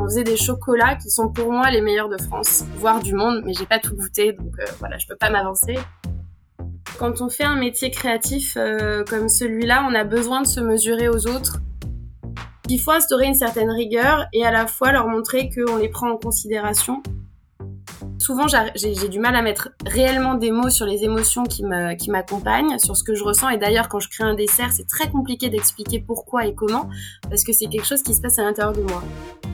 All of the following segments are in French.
faisait des chocolats qui sont pour moi les meilleurs de France, voire du monde, mais j'ai pas tout goûté, donc voilà, je peux pas m'avancer. Quand on fait un métier créatif comme celui-là, on a besoin de se mesurer aux autres. Il faut instaurer une certaine rigueur et à la fois leur montrer qu'on les prend en considération. Souvent, j'ai du mal à mettre réellement des mots sur les émotions qui m'accompagnent, sur ce que je ressens. Et d'ailleurs, quand je crée un dessert, c'est très compliqué d'expliquer pourquoi et comment, parce que c'est quelque chose qui se passe à l'intérieur de moi.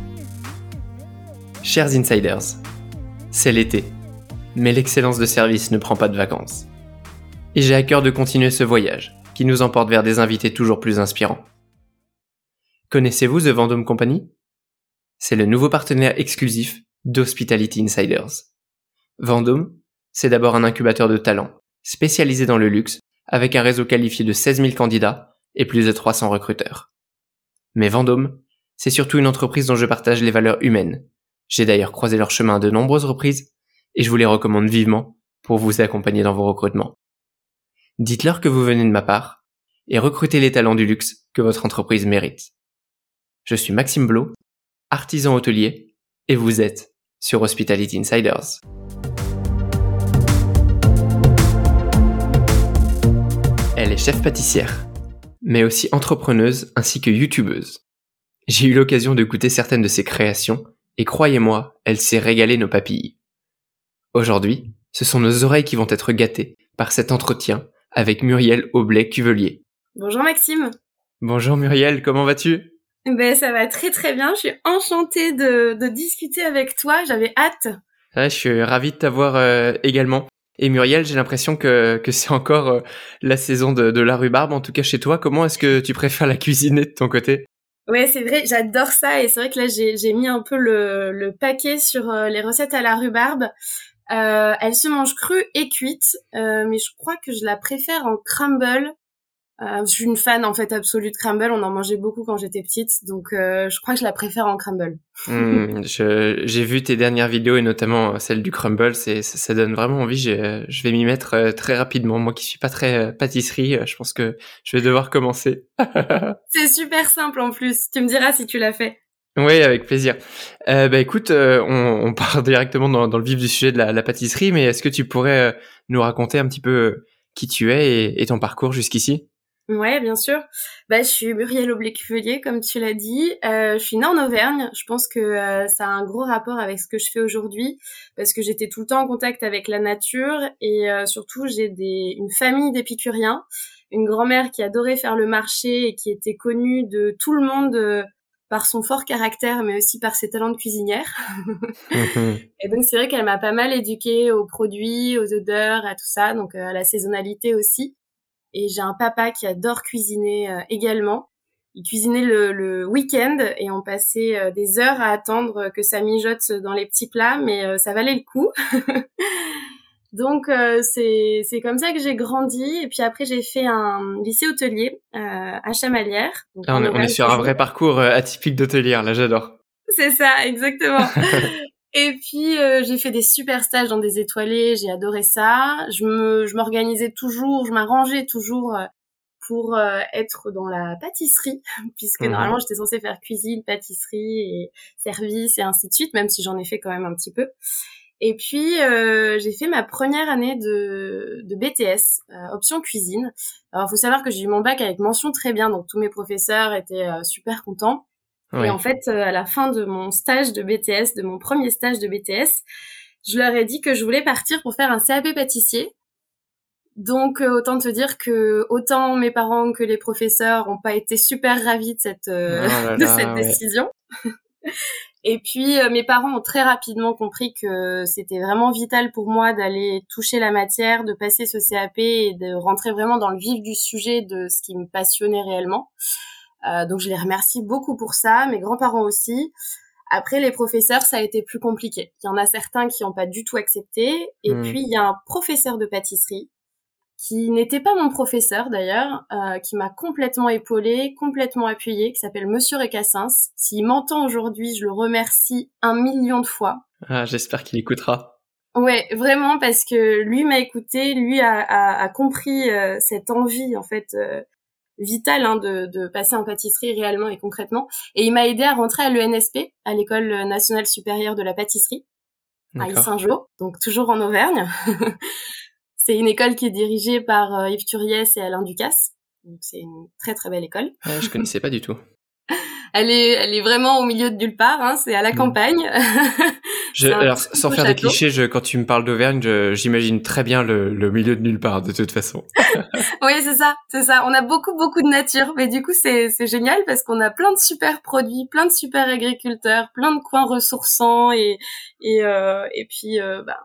Chers insiders, c'est l'été, mais l'excellence de service ne prend pas de vacances. Et j'ai à cœur de continuer ce voyage, qui nous emporte vers des invités toujours plus inspirants. Connaissez-vous The Vendôme Company ? C'est le nouveau partenaire exclusif d'Hospitality Insiders. Vendôme, c'est d'abord un incubateur de talents, spécialisé dans le luxe, avec un réseau qualifié de 16 000 candidats et plus de 300 recruteurs. Mais Vendôme, c'est surtout une entreprise dont je partage les valeurs humaines. J'ai d'ailleurs croisé leur chemin à de nombreuses reprises, et je vous les recommande vivement pour vous accompagner dans vos recrutements. Dites-leur que vous venez de ma part, et recrutez les talents du luxe que votre entreprise mérite. Je suis Maxime Blot, artisan hôtelier, et vous êtes sur Hospitality Insiders. Elle est chef pâtissière, mais aussi entrepreneuse ainsi que youtubeuse. J'ai eu l'occasion de goûter certaines de ses créations, et croyez-moi, elle s'est régalée nos papilles. Aujourd'hui, ce sont nos oreilles qui vont être gâtées par cet entretien avec Muriel Aublet-Cuvelier. Bonjour Maxime. Bonjour Muriel, comment vas-tu ? Ça va très très bien, je suis enchantée de discuter avec toi, j'avais hâte. Ouais, je suis ravi de t'avoir également. Et Muriel, j'ai l'impression que c'est encore la saison de la rhubarbe, en tout cas chez toi. Comment est-ce que tu préfères la cuisiner de ton côté ? Ouais, c'est vrai, j'adore ça et c'est vrai que là j'ai mis un peu le paquet sur les recettes à la rhubarbe. Elle se mange crue et cuite, mais je crois que je la préfère en crumble. Je suis une fan en fait absolue de crumble, on en mangeait beaucoup quand j'étais petite, donc je crois que je la préfère en crumble. J'ai vu tes dernières vidéos et notamment celle du crumble, ça donne vraiment envie. Je vais m'y mettre très rapidement. Moi qui suis pas très pâtisserie, je pense que je vais devoir commencer. C'est super simple en plus. Tu me diras si tu l'as fait. Oui, avec plaisir. Écoute, on part directement dans le vif du sujet de la pâtisserie, mais est-ce que tu pourrais nous raconter un petit peu qui tu es et ton parcours jusqu'ici ? Ouais, bien sûr. Je suis Muriel Aublet-Cuvelier, comme tu l'as dit. Je suis née en Auvergne. Je pense que ça a un gros rapport avec ce que je fais aujourd'hui, parce que j'étais tout le temps en contact avec la nature et surtout j'ai une famille d'épicuriens, une grand-mère qui adorait faire le marché et qui était connue de tout le monde par son fort caractère, mais aussi par ses talents de cuisinière. Et donc c'est vrai qu'elle m'a pas mal éduquée aux produits, aux odeurs, à tout ça, donc à la saisonnalité aussi. Et j'ai un papa qui adore cuisiner également. Il cuisinait le week-end et on passait des heures à attendre que ça mijote dans les petits plats, mais ça valait le coup. Donc c'est comme ça que j'ai grandi. Et puis après j'ai fait un lycée hôtelier à Chamalières. Donc Là, on est sur un vrai parcours atypique d'hôtelière, là j'adore. C'est ça, exactement. Et puis j'ai fait des super stages dans des étoilés, j'ai adoré ça. Je m'organisais toujours, je m'arrangeais toujours pour être dans la pâtisserie, puisque normalement j'étais censée faire cuisine, pâtisserie et service et ainsi de suite, même si j'en ai fait quand même un petit peu. Et puis j'ai fait ma première année de BTS, option cuisine. Alors faut savoir que j'ai eu mon bac avec mention très bien, donc tous mes professeurs étaient super contents. Ouais. Et en fait, à la fin de mon stage de BTS, de mon premier stage de BTS, je leur ai dit que je voulais partir pour faire un CAP pâtissier. Donc, autant te dire que autant mes parents que les professeurs ont pas été super ravis de cette décision. Et puis, mes parents ont très rapidement compris que c'était vraiment vital pour moi d'aller toucher la matière, de passer ce CAP et de rentrer vraiment dans le vif du sujet de ce qui me passionnait réellement. Donc je les remercie beaucoup pour ça, mes grands-parents aussi. Après, les professeurs, ça a été plus compliqué. Il y en a certains qui n'ont pas du tout accepté. Et puis, il y a un professeur de pâtisserie qui n'était pas mon professeur d'ailleurs, qui m'a complètement épaulée, complètement appuyée, qui s'appelle Monsieur Recassens. S'il m'entend aujourd'hui, je le remercie 1 million de fois. Ah, j'espère qu'il écoutera. Ouais, vraiment, parce que lui m'a écouté, lui a compris cette envie, en fait, vital de passer en pâtisserie réellement et concrètement. Et il m'a aidé à rentrer à l'ENSP, à l'École nationale supérieure de la pâtisserie, à Yssingeaux, donc toujours en Auvergne. C'est une école qui est dirigée par Yves Turiès et Alain Ducasse. Donc c'est une très très belle école. Ouais, je connaissais pas du tout. Elle est vraiment au milieu de nulle part, hein, c'est à la campagne. Alors, sans faire des clichés, quand tu me parles d'Auvergne, j'imagine très bien le milieu de nulle part, de toute façon. Oui, c'est ça. On a beaucoup de nature, mais du coup, c'est génial parce qu'on a plein de super produits, plein de super agriculteurs, plein de coins ressourçants et puis,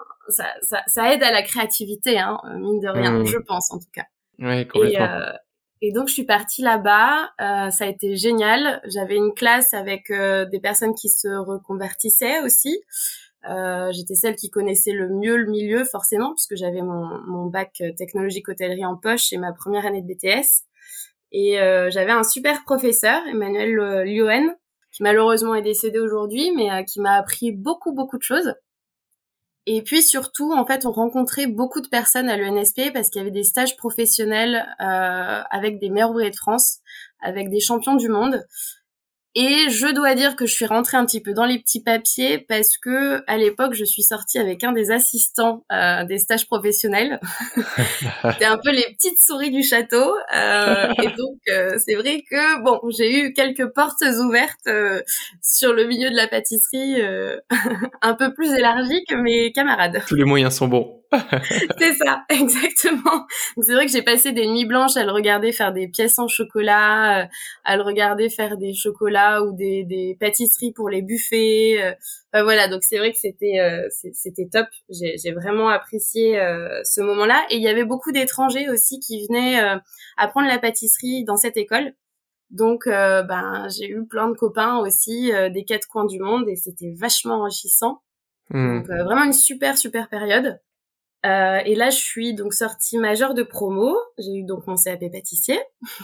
ça aide à la créativité, hein, mine de rien, je pense, en tout cas. Ouais, complètement. Et donc je suis partie là-bas, ça a été génial. J'avais une classe avec des personnes qui se reconvertissaient aussi. J'étais celle qui connaissait le mieux le milieu forcément puisque j'avais mon bac technologique hôtellerie en poche et ma première année de BTS. Et j'avais un super professeur, Emmanuel Liohen, qui malheureusement est décédé aujourd'hui, mais qui m'a appris beaucoup de choses. Et puis surtout, en fait, on rencontrait beaucoup de personnes à l'ENSP parce qu'il y avait des stages professionnels avec des meilleurs ouvriers de France, avec des champions du monde. Et je dois dire que je suis rentrée un petit peu dans les petits papiers parce que à l'époque, je suis sortie avec un des assistants des stages professionnels. C'était un peu les petites souris du château. Et donc, c'est vrai que bon, j'ai eu quelques portes ouvertes sur le milieu de la pâtisserie, un peu plus élargies que mes camarades. Tous les moyens sont bons. C'est ça, exactement. Donc c'est vrai que j'ai passé des nuits blanches à le regarder faire des pièces en chocolat, à le regarder faire des chocolats ou des pâtisseries pour les buffets. Enfin, voilà, donc c'est vrai que c'était top. J'ai vraiment apprécié ce moment-là. Et il y avait beaucoup d'étrangers aussi qui venaient apprendre la pâtisserie dans cette école. Donc j'ai eu plein de copains aussi des quatre coins du monde et c'était vachement enrichissant. Donc vraiment une super période. Et là, je suis donc sortie majeure de promo. J'ai eu donc mon CAP pâtissier.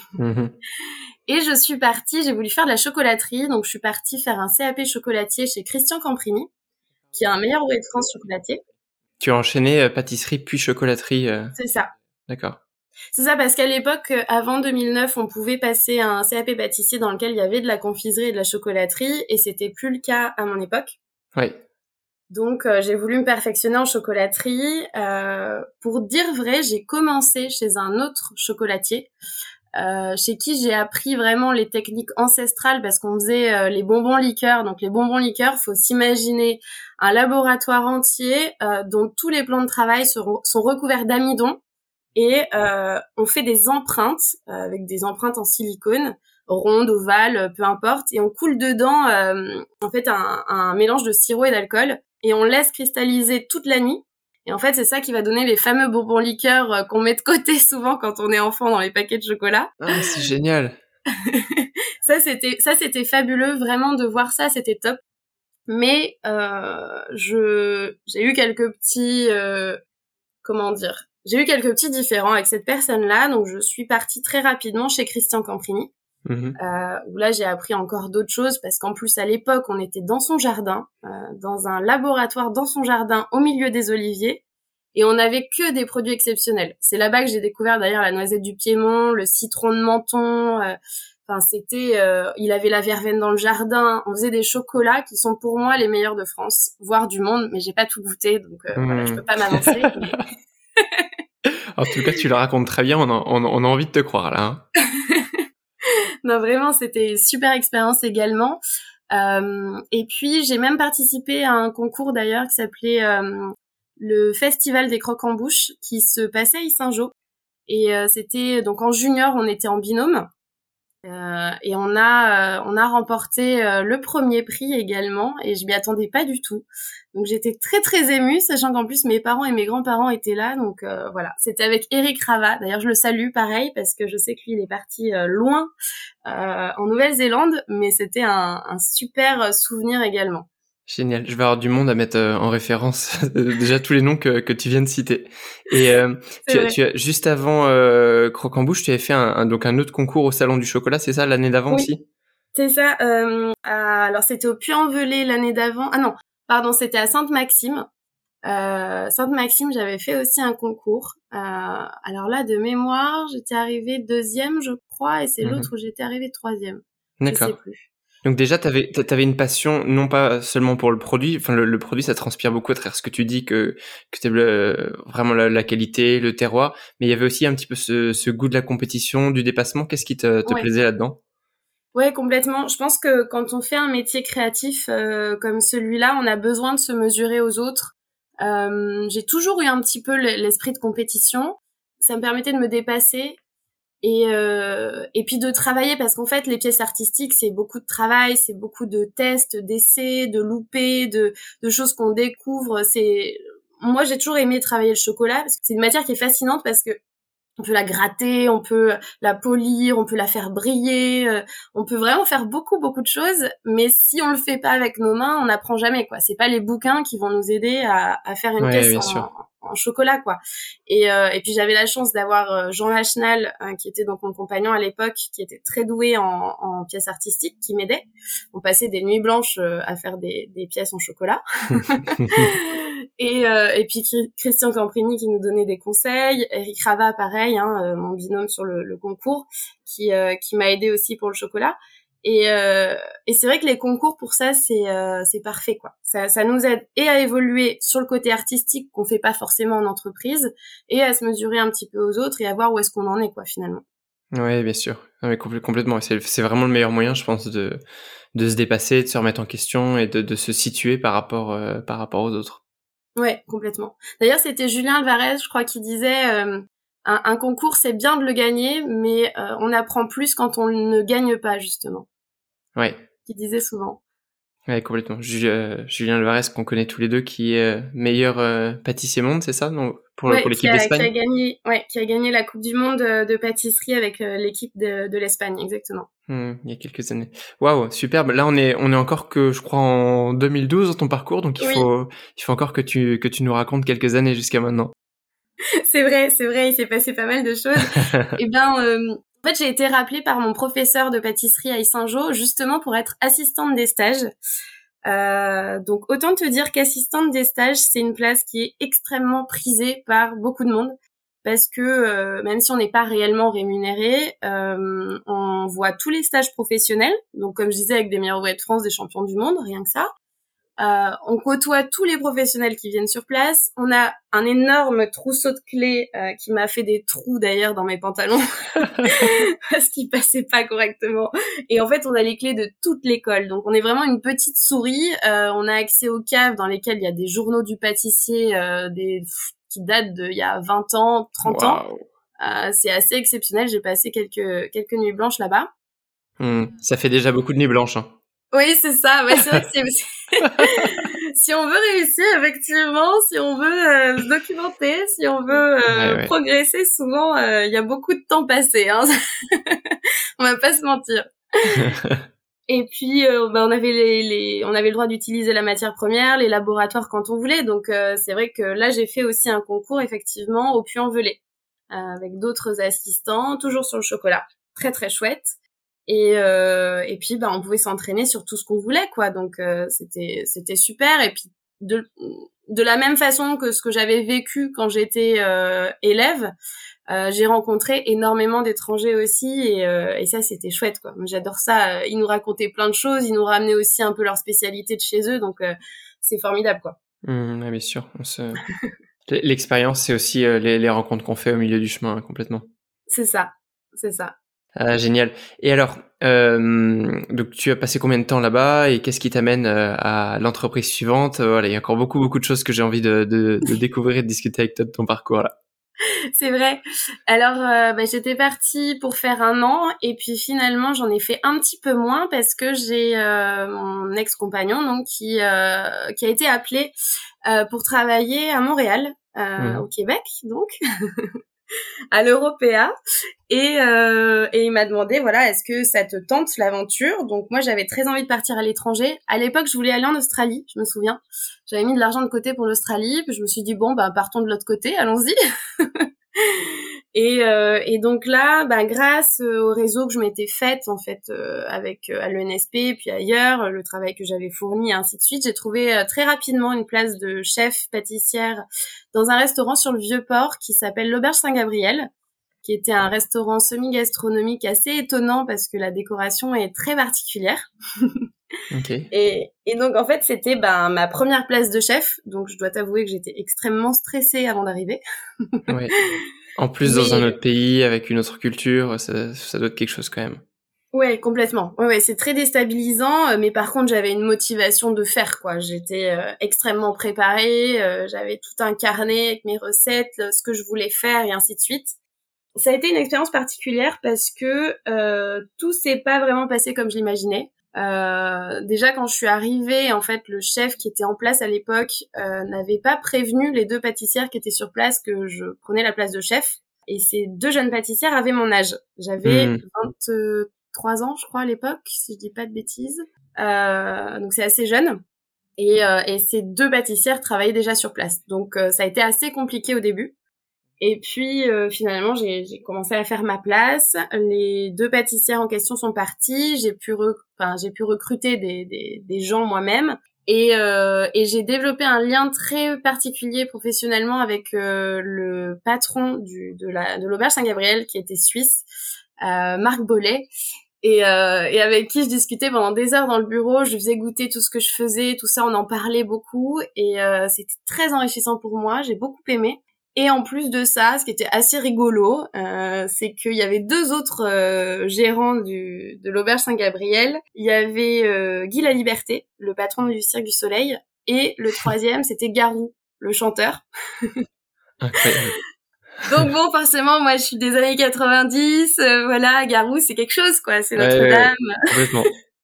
Et je suis partie, j'ai voulu faire de la chocolaterie. Donc, je suis partie faire un CAP chocolatier chez Christian Camprini, qui est un meilleur ouvrier de France chocolatier. Tu as enchaîné pâtisserie puis chocolaterie. C'est ça. D'accord. C'est ça, parce qu'à l'époque, avant 2009, on pouvait passer un CAP pâtissier dans lequel il y avait de la confiserie et de la chocolaterie. Et c'était plus le cas à mon époque. Oui. Donc, j'ai voulu me perfectionner en chocolaterie. Pour dire vrai, j'ai commencé chez un autre chocolatier, chez qui j'ai appris vraiment les techniques ancestrales parce qu'on faisait les bonbons liqueurs. Donc, les bonbons liqueurs, faut s'imaginer un laboratoire entier dont tous les plans de travail sont recouverts d'amidon et on fait des empreintes avec des empreintes en silicone, rondes, ovales, peu importe, et on coule dedans en fait un mélange de sirop et d'alcool. Et on laisse cristalliser toute la nuit. Et en fait, c'est ça qui va donner les fameux bonbons liqueurs qu'on met de côté souvent quand on est enfant dans les paquets de chocolat. Ah, c'est génial. Ça, c'était fabuleux. Vraiment, de voir ça, c'était top. Mais j'ai eu quelques petits... J'ai eu quelques petits différends avec cette personne-là. Donc, je suis partie très rapidement chez Christian Camprini. Où là j'ai appris encore d'autres choses parce qu'en plus à l'époque on était dans son jardin, dans un laboratoire dans son jardin au milieu des oliviers et on n'avait que des produits exceptionnels. C'est là-bas que j'ai découvert d'ailleurs la noisette du Piémont, le citron de Menton. Il avait la verveine dans le jardin. On faisait des chocolats qui sont pour moi les meilleurs de France, voire du monde, mais j'ai pas tout goûté donc voilà, je peux pas m'avancer. Mais... En tout cas, tu le racontes très bien. On a envie de te croire là. Hein. Non, vraiment, c'était une super expérience également. Et puis, j'ai même participé à un concours d'ailleurs qui s'appelait le Festival des Croques en Bouche qui se passait à Yssingeaux. Et c'était donc en junior, on était en binôme. Et on a remporté le premier prix également et je m'y attendais pas du tout. Donc j'étais très émue, sachant qu'en plus mes parents et mes grands-parents étaient là. Donc voilà, c'était avec Eric Rava. D'ailleurs je le salue pareil parce que je sais que lui il est parti loin en Nouvelle-Zélande, mais c'était un super souvenir également. Génial, je vais avoir du monde à mettre en référence déjà tous les noms que tu viens de citer. Et tu as juste avant Croque en Bouche, tu avais fait un autre concours au Salon du Chocolat, c'est ça, l'année d'avant aussi? C'est ça. Alors c'était au Puy-en-Velay l'année d'avant. Ah non, pardon, c'était à Sainte-Maxime. Sainte-Maxime, j'avais fait aussi un concours. Alors là, de mémoire, j'étais arrivée deuxième, je crois, et c'est l'autre où j'étais arrivée troisième. D'accord. Je sais plus. Donc déjà, t'avais une passion, non pas seulement pour le produit, enfin le produit, ça transpire beaucoup à travers ce que tu dis, que t'aimes vraiment la qualité, le terroir, mais il y avait aussi un petit peu ce goût de la compétition, du dépassement. Qu'est-ce qui te plaisait là-dedans? Ouais, complètement. Je pense que quand on fait un métier créatif comme celui-là, on a besoin de se mesurer aux autres. J'ai toujours eu un petit peu l'esprit de compétition. Ça me permettait de me dépasser et puis de travailler, parce qu'en fait les pièces artistiques c'est beaucoup de travail, c'est beaucoup de tests, d'essais, de loupés, de choses qu'on découvre. Moi j'ai toujours aimé travailler le chocolat parce que c'est une matière qui est fascinante, parce que on peut la gratter, on peut la polir, on peut la faire briller, on peut vraiment faire beaucoup de choses, mais si on le fait pas avec nos mains, on n'apprend jamais, quoi. C'est pas les bouquins qui vont nous aider à faire une pièce en chocolat, quoi. Et puis j'avais la chance d'avoir Jean Lachenal, qui était donc mon compagnon à l'époque, qui était très doué en pièces artistiques, qui m'aidait. On passait des nuits blanches à faire des pièces en chocolat. Et puis Christian Camprini qui nous donnait des conseils, Eric Rava pareil, mon binôme sur le concours, qui m'a aidé aussi pour le chocolat. Et c'est vrai que les concours pour ça c'est parfait, quoi. Ça nous aide et à évoluer sur le côté artistique qu'on fait pas forcément en entreprise, et à se mesurer un petit peu aux autres et à voir où est-ce qu'on en est, quoi, finalement. Ouais, bien sûr. Ah, mais complètement. C'est vraiment le meilleur moyen, je pense, de se dépasser, de se remettre en question et de se situer par rapport aux autres. Ouais, complètement. D'ailleurs, c'était Julien Alvarez, je crois, qui disait un concours, c'est bien de le gagner, mais on apprend plus quand on ne gagne pas, justement. Ouais. Qui disait souvent. Ouais, complètement. Julien Alvarez, qu'on connaît tous les deux, qui est meilleur pâtissier monde, c'est ça, non, pour l'équipe d'Espagne. Qui a gagné la Coupe du Monde de pâtisserie avec l'équipe de l'Espagne, exactement. Il y a quelques années. Waouh, superbe. Là, on est encore que, je crois, en 2012 dans ton parcours, donc il faut encore que tu nous racontes quelques années jusqu'à maintenant. C'est vrai, il s'est passé pas mal de choses. Et en fait, j'ai été rappelée par mon professeur de pâtisserie à Yssingeaux, justement pour être assistante des stages. Donc autant te dire qu'assistante des stages, c'est une place qui est extrêmement prisée par beaucoup de monde, parce que même si on n'est pas réellement rémunéré, on voit tous les stages professionnels, donc comme je disais, avec des meilleurs ouvriers de France, des champions du monde, rien que ça. On côtoie tous les professionnels qui viennent sur place. On a un énorme trousseau de clés qui m'a fait des trous d'ailleurs dans mes pantalons parce qu'ils passaient pas correctement. Et en fait, on a les clés de toute l'école. Donc, on est vraiment une petite souris. On a accès aux caves dans lesquelles il y a des journaux du pâtissier qui datent d'il y a 20 ans, 30 ans. C'est assez exceptionnel. J'ai passé quelques nuits blanches là-bas. Ça fait déjà beaucoup de nuits blanches, hein. Oui, c'est ça. Ouais, c'est vrai que si on veut réussir, effectivement, si on veut se documenter, si on veut progresser, souvent, il y a beaucoup de temps passé. Hein. On va pas se mentir. Et puis, on avait on avait le droit d'utiliser la matière première, les laboratoires quand on voulait. Donc, c'est vrai que là, j'ai fait aussi un concours, effectivement, au Puy-en-Velay, avec d'autres assistants, toujours sur le chocolat. Très, très chouette. Et puis on pouvait s'entraîner sur tout ce qu'on voulait, quoi. Donc c'était super. Et puis de la même façon que ce que j'avais vécu quand j'étais élève, j'ai rencontré énormément d'étrangers aussi, et ça c'était chouette, quoi. Moi, j'adore ça. Ils nous racontaient plein de choses, ils nous ramenaient aussi un peu leur spécialité de chez eux, donc c'est formidable, quoi. Bien sûr. L'expérience, c'est aussi les rencontres qu'on fait au milieu du chemin, complètement. C'est ça. Génial. Et alors, donc tu as passé combien de temps là-bas et qu'est-ce qui t'amène à l'entreprise suivante? Voilà, il y a encore beaucoup de choses que j'ai envie de découvrir et de discuter avec toi de ton parcours là. C'est vrai. Alors, j'étais partie pour faire 1 an, et puis finalement j'en ai fait un petit peu moins parce que j'ai mon ex-compagnon donc qui a été appelé pour travailler à Montréal, au Québec donc. À l'Européa, et il m'a demandé, voilà, est-ce que ça te tente l'aventure? Donc moi j'avais très envie de partir à l'étranger. À l'époque je voulais aller en Australie, je me souviens. J'avais mis de l'argent de côté pour l'Australie, puis je me suis dit bon partons de l'autre côté, allons-y. Et donc là, grâce au réseau que je m'étais faite en fait avec à l'ENSP puis ailleurs, le travail que j'avais fourni et ainsi de suite, j'ai trouvé très rapidement une place de chef pâtissière dans un restaurant sur le Vieux-Port qui s'appelle l'Auberge Saint-Gabriel, qui était un restaurant semi-gastronomique assez étonnant parce que la décoration est très particulière. Ok. Et donc, en fait, c'était ma première place de chef. Donc, je dois t'avouer que j'étais extrêmement stressée avant d'arriver. Ouais. En plus, dans un Mais autre pays, avec une autre culture, ça doit être quelque chose quand même. ouais, complètement. Ouais, c'est très déstabilisant. Mais par contre, j'avais une motivation de faire, quoi. J'étais extrêmement préparée. J'avais tout un carnet avec mes recettes, ce que je voulais faire et ainsi de suite. Ça a été une expérience particulière parce que tout s'est pas vraiment passé comme je l'imaginais. Déjà quand je suis arrivée, en fait, le chef qui était en place à l'époque n'avait pas prévenu les 2 pâtissières qui étaient sur place que je prenais la place de chef. Et ces 2 jeunes pâtissières avaient mon âge. J'avais 23 ans, je crois, à l'époque, si je dis pas de bêtises. Donc c'est assez jeune. Et ces 2 pâtissières travaillaient déjà sur place. Donc ça a été assez compliqué au début. Et puis finalement j'ai commencé à faire ma place. Les 2 pâtissières en question sont parties. J'ai pu recruter des gens moi-même et j'ai développé un lien très particulier professionnellement avec le patron de l'auberge Saint-Gabriel qui était suisse, Marc Bollet. Et avec qui je discutais pendant des heures dans le bureau, je lui faisais goûter tout ce que je faisais, tout ça, on en parlait beaucoup et c'était très enrichissant pour moi, j'ai beaucoup aimé. Et en plus de ça, ce qui était assez rigolo, c'est qu'il y avait 2 autres gérants de l'auberge Saint-Gabriel. Il y avait Guy Laliberté, le patron du Cirque du Soleil, et le 3e, c'était Garou, le chanteur. Incroyable. Donc bon, forcément, moi, je suis des années 90, voilà, Garou, c'est quelque chose, quoi, c'est Ouais, Notre-Dame. complètement.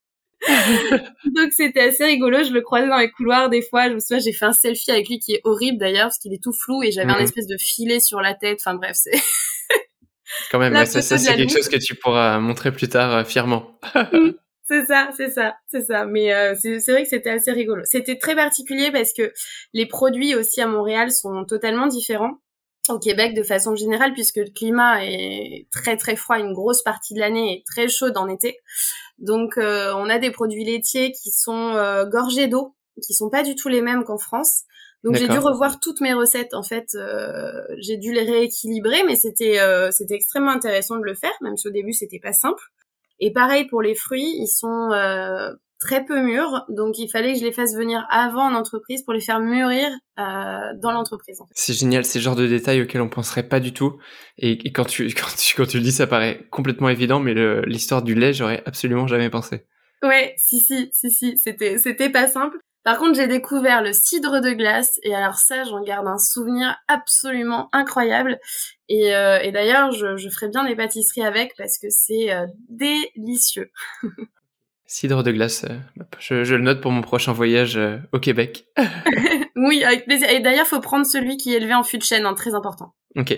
Donc c'était assez rigolo, je le croisais dans les couloirs des fois, je me souviens, j'ai fait un selfie avec lui qui est horrible d'ailleurs, parce qu'il est tout flou et j'avais un espèce de filet sur la tête, enfin bref, c'est Quand même, la ouais, photo ça de c'est la quelque nuit. chose que tu pourras montrer plus tard fièrement. C'est ça. Mais c'est vrai que c'était assez rigolo. C'était très particulier parce que les produits aussi à Montréal sont totalement différents au Québec de façon générale puisque le climat est très très froid une grosse partie de l'année et très chaud en été. Donc on a des produits laitiers qui sont gorgés d'eau, qui sont pas du tout les mêmes qu'en France. Donc j'ai dû D'accord. revoir toutes mes recettes en fait, j'ai dû les rééquilibrer mais c'était extrêmement intéressant de le faire même si au début c'était pas simple. Et pareil pour les fruits, ils sont très peu mûrs, donc il fallait que je les fasse venir avant en entreprise pour les faire mûrir dans l'entreprise. En fait. C'est génial, c'est le genre de détails auxquels on penserait pas du tout. Et quand tu le dis, ça paraît complètement évident, mais l'histoire du lait, j'aurais absolument jamais pensé. Ouais, si, c'était pas simple. Par contre, j'ai découvert le cidre de glace, et alors ça, j'en garde un souvenir absolument incroyable. Et d'ailleurs, je ferais bien des pâtisseries avec, parce que c'est délicieux. Cidre de glace, je le note pour mon prochain voyage au Québec. Oui, avec plaisir. Et d'ailleurs, faut prendre celui qui est élevé en fût de chêne, hein, très important. Ok.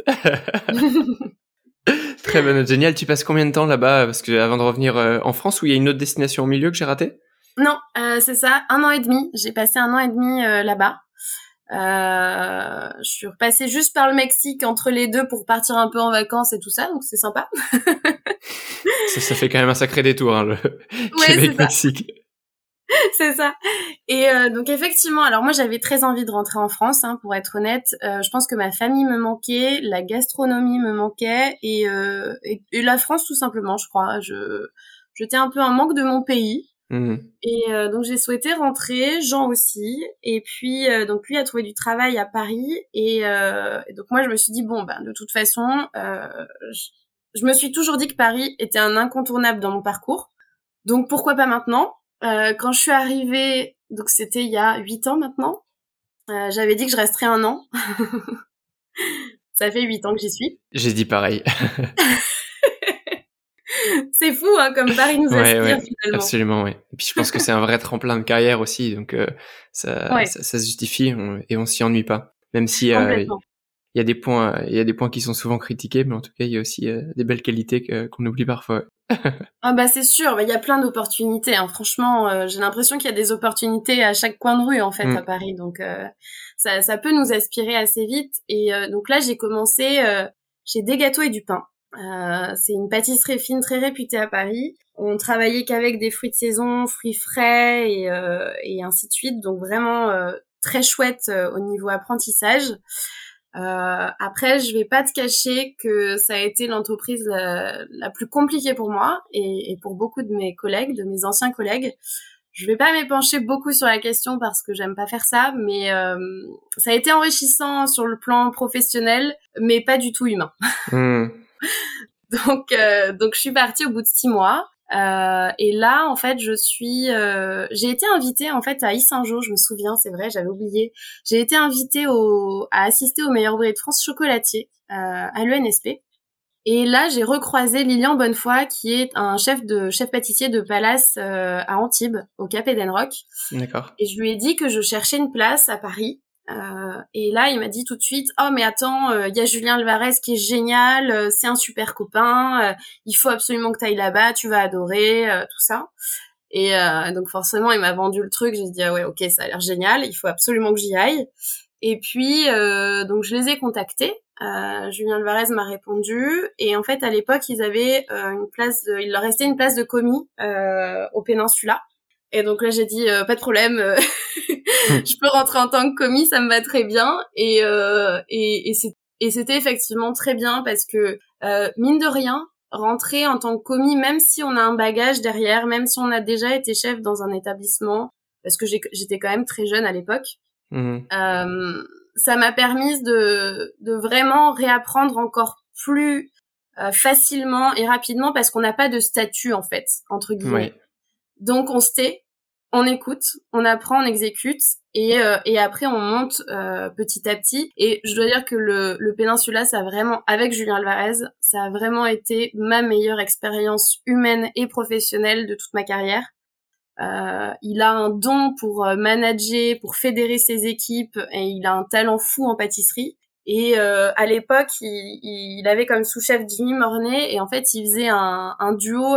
Très bonne note, génial. Tu passes combien de temps là-bas? Parce que avant de revenir en France, où il y a une autre destination au milieu que j'ai ratée? Non, c'est ça, 1 an et demi. J'ai passé 1 an et demi là-bas. Je suis repassée juste par le Mexique entre les deux pour partir un peu en vacances et tout ça, donc c'est sympa. Ça fait quand même un sacré détour, hein, le Ouais, Québec-Mexique. c'est ça. Et donc effectivement, alors moi j'avais très envie de rentrer en France, hein, pour être honnête. Je pense que ma famille me manquait, la gastronomie me manquait et la France tout simplement, je crois. J'étais un peu en manque de mon pays. Mmh. Et donc j'ai souhaité rentrer, Jean aussi, et puis donc lui a trouvé du travail à Paris et donc moi je me suis dit bon ben de toute façon je me suis toujours dit que Paris était un incontournable dans mon parcours, donc pourquoi pas maintenant. Quand je suis arrivée, donc c'était il y a 8 ans maintenant, j'avais dit que je resterais 1 an. Ça fait 8 ans que j'y suis. J'ai dit pareil. C'est fou hein, comme Paris nous Ouais, aspire ouais, finalement. absolument, ouais. Et puis je pense que c'est un vrai tremplin de carrière aussi, donc Ouais, ça se justifie et on s'y ennuie pas. Même si complètement. il y a des points qui sont souvent critiqués, mais en tout cas il y a aussi des belles qualités qu'on oublie parfois. Ah bah c'est sûr, il y a plein d'opportunités. Hein. Franchement, j'ai l'impression qu'il y a des opportunités à chaque coin de rue en fait à Mm. Paris, donc ça peut nous aspirer assez vite. Et donc là, j'ai commencé chez Des Gâteaux et du Pain. C'est une pâtisserie fine très réputée à Paris. On travaillait qu'avec des fruits de saison, fruits frais et ainsi de suite. Donc vraiment très chouette au niveau apprentissage. Après, je vais pas te cacher que ça a été l'entreprise la plus compliquée pour moi et pour beaucoup de mes collègues, de mes anciens collègues. Je vais pas m'épancher beaucoup sur la question parce que j'aime pas faire ça, mais ça a été enrichissant sur le plan professionnel, mais pas du tout humain. Mmh. Donc je suis partie au bout de 6 mois. Et là, en fait, j'ai été invitée en fait à Yssingeaux, je me souviens, c'est vrai, j'avais oublié. J'ai été invitée à assister au meilleur ouvrier de France chocolatier à l'ENSP. Et là, j'ai recroisé Lilian Bonnefoy, qui est un chef pâtissier de Palace à Antibes, au Cap Edenrock. D'accord. Et je lui ai dit que je cherchais une place à Paris. Et là, il m'a dit tout de suite, oh mais attends, y a Julien Alvarez qui est génial, c'est un super copain, il faut absolument que t'ailles là-bas, tu vas adorer, tout ça. Et donc forcément, il m'a vendu le truc. J'ai dit ah ouais, ok, ça a l'air génial, il faut absolument que j'y aille. Et puis donc je les ai contactés. Julien Alvarez m'a répondu et en fait à l'époque ils avaient il leur restait une place de commis au Péninsula. Et donc là j'ai dit pas de problème, je peux rentrer en tant que commis, ça me va très bien. Et c'était effectivement très bien parce que mine de rien, rentrer en tant que commis, même si on a un bagage derrière, même si on a déjà été chef dans un établissement, parce que j'étais quand même très jeune à l'époque, ça m'a permis de vraiment réapprendre encore plus facilement et rapidement parce qu'on n'a pas de statut en fait, entre guillemets. Oui. Donc on se tait, on écoute, on apprend, on exécute et après on monte petit à petit. Et je dois dire que le Péninsula, ça a vraiment, avec Julien Alvarez, ça a vraiment été ma meilleure expérience humaine et professionnelle de toute ma carrière. Il a un don pour manager, pour fédérer ses équipes et il a un talent fou en pâtisserie. Et à l'époque, il avait comme sous-chef Jimmy Mornay et en fait, il faisait un duo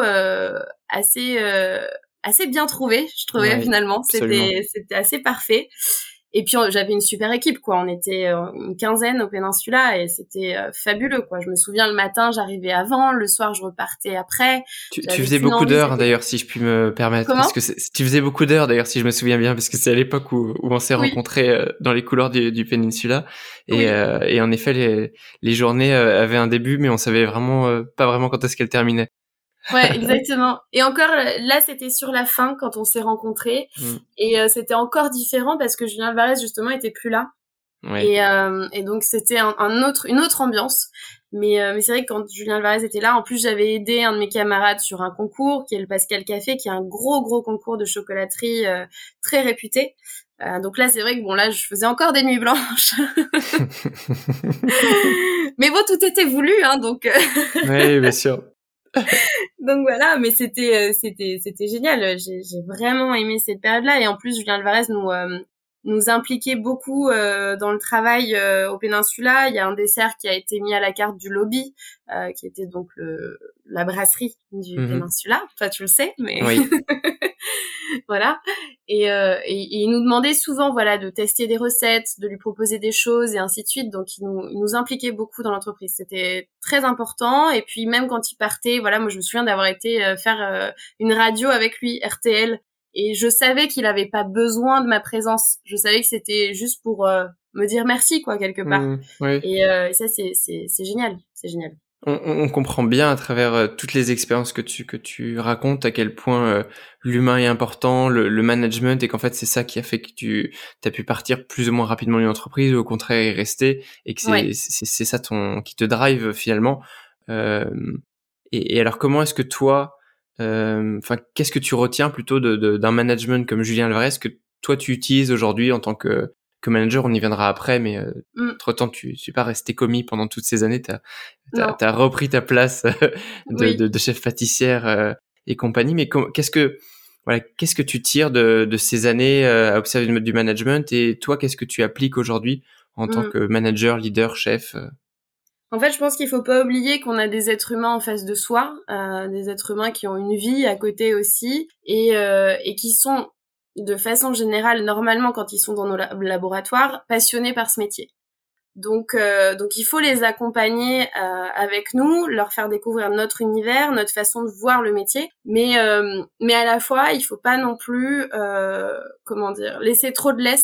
assez bien trouvé, je trouvais finalement. C'était assez parfait. Et puis j'avais une super équipe quoi, on était une quinzaine au Péninsula et c'était fabuleux quoi. Je me souviens le matin, j'arrivais avant, le soir je repartais après. Tu faisais beaucoup d'heures d'ailleurs si je puis me permettre. Comment ? Parce que tu faisais beaucoup d'heures d'ailleurs si je me souviens bien parce que c'est à l'époque où on s'est rencontrés dans les couloirs du Péninsula et en effet les journées avaient un début mais on savait vraiment pas vraiment quand est-ce qu'elles terminaient. Ouais, exactement. Et encore, là, c'était sur la fin quand on s'est rencontrés. Et c'était encore différent parce que Julien Alvarez, justement, était plus là. Ouais. Et donc, c'était une autre ambiance. Mais c'est vrai que quand Julien Alvarez était là, en plus, j'avais aidé un de mes camarades sur un concours qui est le Pascal Café, qui est un gros concours de chocolaterie très réputé. Donc là, c'est vrai que bon, là, je faisais encore des nuits blanches. Mais bon, tout était voulu, hein, donc... Oui, bien sûr. Donc voilà, mais c'était génial. J'ai vraiment aimé cette période-là et en plus Julien Alvarez nous impliquait beaucoup dans le travail au Péninsula. Il y a un dessert qui a été mis à la carte du lobby, qui était donc la brasserie du Péninsula. Toi, tu le sais, mais oui. Voilà. Et il nous demandait souvent, voilà, de tester des recettes, de lui proposer des choses et ainsi de suite. Donc, il nous impliquait beaucoup dans l'entreprise. C'était très important. Et puis, même quand il partait, voilà, moi, je me souviens d'avoir été faire une radio avec lui, RTL. Et je savais qu'il avait pas besoin de ma présence. Je savais que c'était juste pour me dire merci, quoi, quelque part. Oui. Et ça, c'est génial. C'est génial. On comprend bien à travers toutes les expériences que tu racontes à quel point l'humain est important, le management, et qu'en fait c'est ça qui a fait que tu as pu partir plus ou moins rapidement d'une entreprise ou au contraire y rester, et que c'est ça qui te drive finalement. Et alors comment est-ce que toi, qu'est-ce que tu retiens plutôt d'un management comme Julien Alvarez que toi tu utilises aujourd'hui en tant que manager? On y viendra après, mais entre-temps, tu n'es pas resté commis pendant toutes ces années. T'as repris ta place de chef pâtissière et compagnie. Mais qu'est-ce que tu tires de ces années à observer du management, et toi, qu'est-ce que tu appliques aujourd'hui en tant que manager, leader, chef? En fait, je pense qu'il faut pas oublier qu'on a des êtres humains en face de soi, des êtres humains qui ont une vie à côté aussi, et qui sont de façon générale, normalement, quand ils sont dans nos laboratoires, passionnés par ce métier. Donc il faut les accompagner avec nous, leur faire découvrir notre univers, notre façon de voir le métier, mais à la fois, il faut pas non plus, laisser trop de lest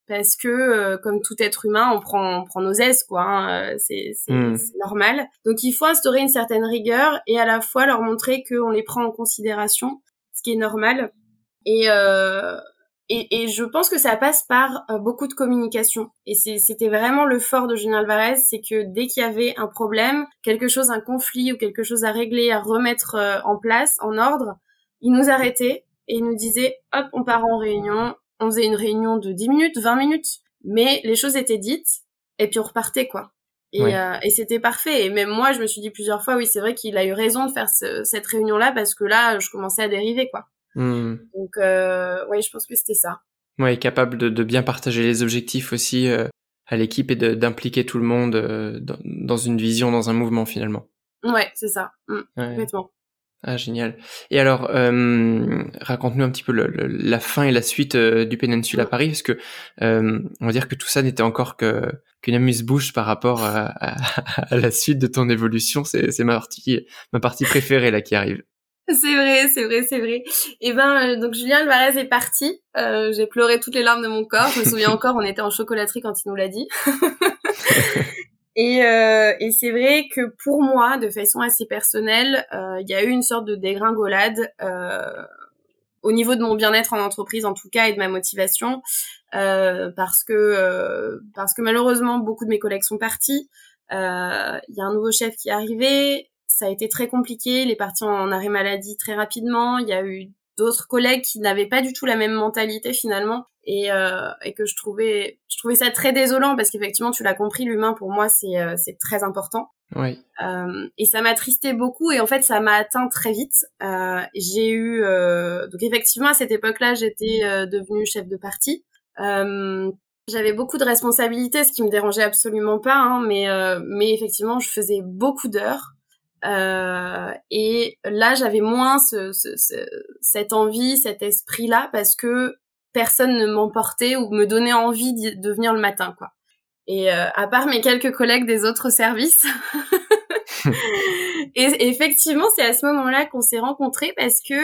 parce que comme tout être humain, on prend nos aises, quoi. Hein, c'est normal. Donc il faut instaurer une certaine rigueur et à la fois leur montrer qu'on les prend en considération, ce qui est normal. Et je pense que ça passe par beaucoup de communication. Et c'était vraiment le fort de Julien Alvarez, c'est que dès qu'il y avait un problème, quelque chose, un conflit ou quelque chose à régler, à remettre en place, en ordre, il nous arrêtait et il nous disait « Hop, on part en réunion ». On faisait une réunion de 10 minutes, 20 minutes, mais les choses étaient dites et puis on repartait, quoi. Et c'était parfait. Et même moi, je me suis dit plusieurs fois, oui, c'est vrai qu'il a eu raison de faire cette réunion-là parce que là, je commençais à dériver, quoi. Donc, oui, je pense que c'était ça. Ouais, capable de bien partager les objectifs aussi à l'équipe et d'impliquer tout le monde dans une vision, dans un mouvement finalement. Ouais, c'est ça. Complètement. Ah, génial. Et alors, raconte-nous un petit peu la fin et la suite du Peninsula Paris, parce que on va dire que tout ça n'était encore qu'une amuse-bouche par rapport à la suite de ton évolution. C'est ma partie préférée là qui arrive. C'est vrai. Et donc Julien Alvarez est parti. J'ai pleuré toutes les larmes de mon corps. Je me souviens encore, on était en chocolaterie quand il nous l'a dit. Et c'est vrai que pour moi, de façon assez personnelle, il y a eu une sorte de dégringolade au niveau de mon bien-être en entreprise, en tout cas, et de ma motivation, parce que malheureusement, beaucoup de mes collègues sont partis. Il y a un nouveau chef qui est arrivé. Ça a été très compliqué. Il est parti en arrêt maladie très rapidement. Il y a eu d'autres collègues qui n'avaient pas du tout la même mentalité finalement et que je trouvais ça très désolant parce qu'effectivement tu l'as compris, l'humain pour moi c'est très important. Oui. Et ça m'attristait beaucoup et en fait ça m'a atteint très vite. J'ai eu donc effectivement à cette époque-là j'étais devenue chef de parti. J'avais beaucoup de responsabilités, ce qui me dérangeait absolument pas, hein, mais effectivement je faisais beaucoup d'heures. Et là j'avais moins cette envie, cet esprit-là parce que personne ne m'emportait ou me donnait envie de venir le matin, quoi. Et à part mes quelques collègues des autres services. Et effectivement, c'est à ce moment-là qu'on s'est rencontrés parce que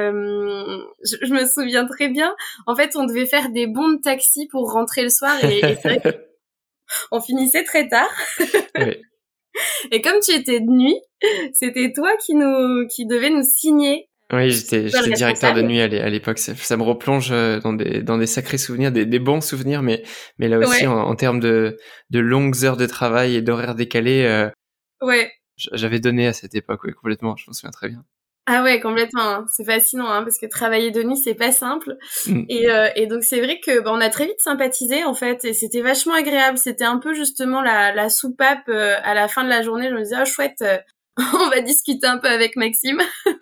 je me souviens très bien. En fait, on devait faire des bons de taxi pour rentrer le soir et c'est vrai qu'on finissait très tard. Oui. Et comme tu étais de nuit, c'était toi qui devais nous signer. Oui, j'étais directeur de nuit à l'époque. Ça me replonge dans des sacrés souvenirs, des bons souvenirs, mais là aussi en termes de longues heures de travail et d'horaires décalés. Ouais. J'avais donné à cette époque, oui, complètement. Je m'en souviens très bien. Ah ouais, complètement. Hein. C'est fascinant, hein, parce que travailler de nuit, c'est pas simple. Et donc c'est vrai que on a très vite sympathisé en fait, et c'était vachement agréable. C'était un peu justement la soupape à la fin de la journée. Je me disais oh chouette, on va discuter un peu avec Maxime.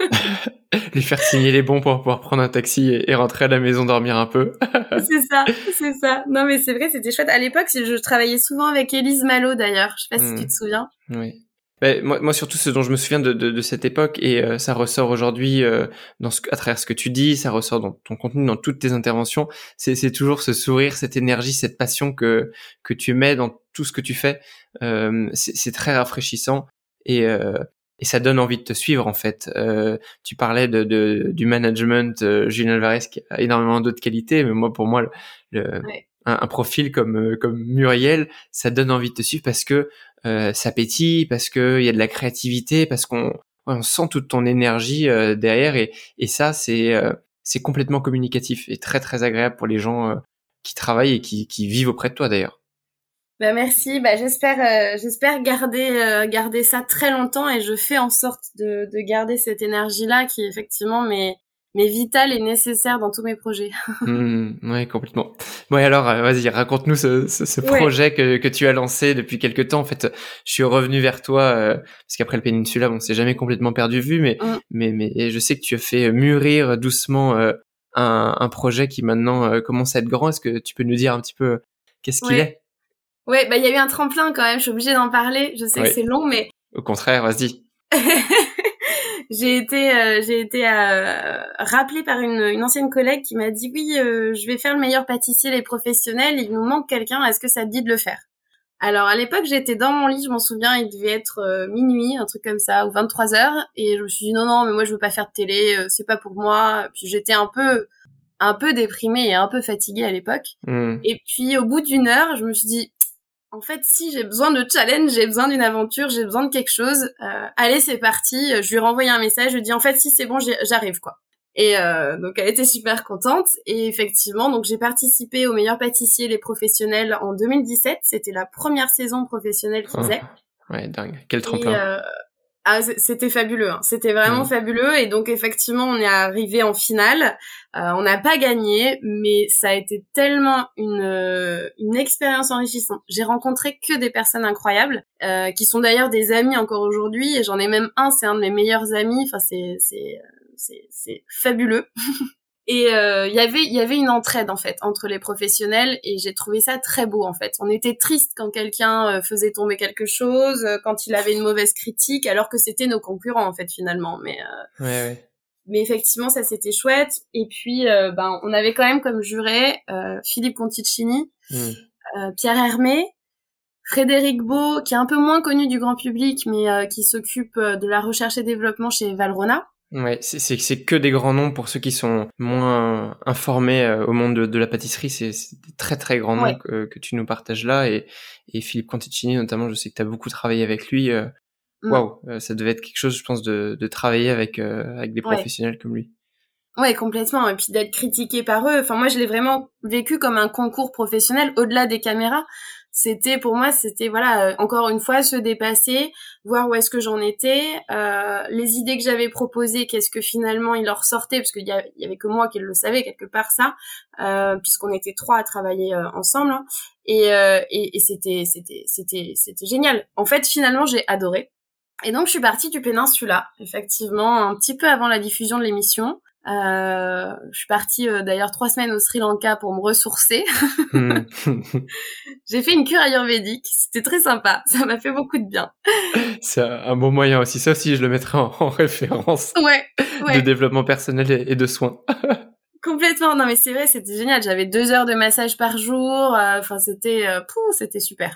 Lui faire signer les bons pour pouvoir prendre un taxi et rentrer à la maison dormir un peu. c'est ça. Non mais c'est vrai, c'était chouette. À l'époque, je travaillais souvent avec Élise Malo d'ailleurs. Je sais pas si tu te souviens. Oui. Ben, moi surtout ce dont je me souviens de cette époque et ça ressort aujourd'hui à travers ce que tu dis, ça ressort dans ton contenu, dans toutes tes interventions, c'est toujours ce sourire, cette énergie, cette passion que tu mets dans tout ce que tu fais. C'est très rafraîchissant et ça donne envie de te suivre en fait. Tu parlais du management, Julien Alvarez qui a énormément d'autres qualités, mais pour moi un profil comme Muriel, ça donne envie de te suivre parce que ça pétille, parce que il y a de la créativité, parce qu'on sent toute ton énergie derrière et ça c'est complètement communicatif et très très agréable pour les gens qui travaillent et qui vivent auprès de toi d'ailleurs. Bah merci, j'espère garder ça très longtemps et je fais en sorte de garder cette énergie là qui effectivement m'est vitale et nécessaire dans tous mes projets. Ouais, complètement. Bon, et alors, vas-y, raconte-nous ce projet que tu as lancé depuis quelque temps. En fait, je suis revenu vers toi parce qu'après le Peninsula, on s'est jamais complètement perdu de vue, mais je sais que tu as fait mûrir doucement un projet qui maintenant commence à être grand. Est-ce que tu peux nous dire un petit peu qu'est-ce qu'il est? Ouais, il y a eu un tremplin quand même. Je suis obligée d'en parler. Je sais que c'est long, mais au contraire, vas-y. J'ai été rappelée par une ancienne collègue qui m'a dit oui, je vais faire le meilleur pâtissier les professionnels, il nous manque quelqu'un, est-ce que ça te dit de le faire? Alors à l'époque, j'étais dans mon lit, je m'en souviens, il devait être minuit, un truc comme ça, ou 23h, et je me suis dit non, mais moi je veux pas faire de télé, c'est pas pour moi. Puis j'étais un peu un peu déprimée et un peu fatiguée à l'époque. Et puis au bout d'une heure, je me suis dit, en fait, si j'ai besoin de challenge, j'ai besoin d'une aventure, j'ai besoin de quelque chose, allez, c'est parti. Je lui ai renvoyé un message, je lui ai dit, en fait, si c'est bon, j'arrive, quoi. Et donc elle était super contente. Et effectivement, donc j'ai participé au meilleur pâtissier les professionnels en 2017. C'était la première saison professionnelle qu'ils faisaient. Ouais, dingue. Quel Et tremplin. c'était fabuleux, hein. C'était vraiment fabuleux. Et donc effectivement, on est arrivé en finale. On n'a pas gagné, mais ça a été tellement une expérience enrichissante. J'ai rencontré que des personnes incroyables, qui sont d'ailleurs des amis encore aujourd'hui. Et j'en ai même un, c'est un de mes meilleurs amis. Enfin, c'est fabuleux. Et il y avait une entraide en fait entre les professionnels et j'ai trouvé ça très beau en fait. On était triste quand quelqu'un faisait tomber quelque chose, quand il avait une mauvaise critique, alors que c'était nos concurrents en fait finalement. Mais effectivement ça c'était chouette. Et puis on avait quand même comme juré Philippe Conticini, Pierre Hermé, Frédéric Beau, qui est un peu moins connu du grand public, mais qui s'occupe de la recherche et développement chez Valrhona. Ouais, c'est que des grands noms pour ceux qui sont moins informés au monde de la pâtisserie. C'est des très très grands noms que tu nous partages là. Et Philippe Conticini notamment, je sais que tu as beaucoup travaillé avec lui. Waouh, ça devait être quelque chose, je pense, de travailler avec des professionnels comme lui. Ouais, complètement. Et puis d'être critiqué par eux. Enfin, moi, je l'ai vraiment vécu comme un concours professionnel au-delà des caméras. Pour moi, voilà, encore une fois, se dépasser, voir où est-ce que j'en étais, les idées que j'avais proposées, qu'est-ce que finalement il leur sortait, parce qu'il y avait que moi qui le savais quelque part ça, puisqu'on était 3 à travailler ensemble. Hein. Et c'était génial. En fait, finalement, j'ai adoré. Et donc, je suis partie du Péninsula, effectivement, un petit peu avant la diffusion de l'émission. Je suis partie d'ailleurs 3 semaines au Sri Lanka pour me ressourcer. J'ai fait une cure ayurvédique, c'était très sympa, ça m'a fait beaucoup de bien. C'est un bon moyen aussi, ça aussi je le mettrai en référence de développement personnel et de soins. Complètement, non mais c'est vrai, c'était génial, j'avais 2 heures de massage par jour, enfin c'était super.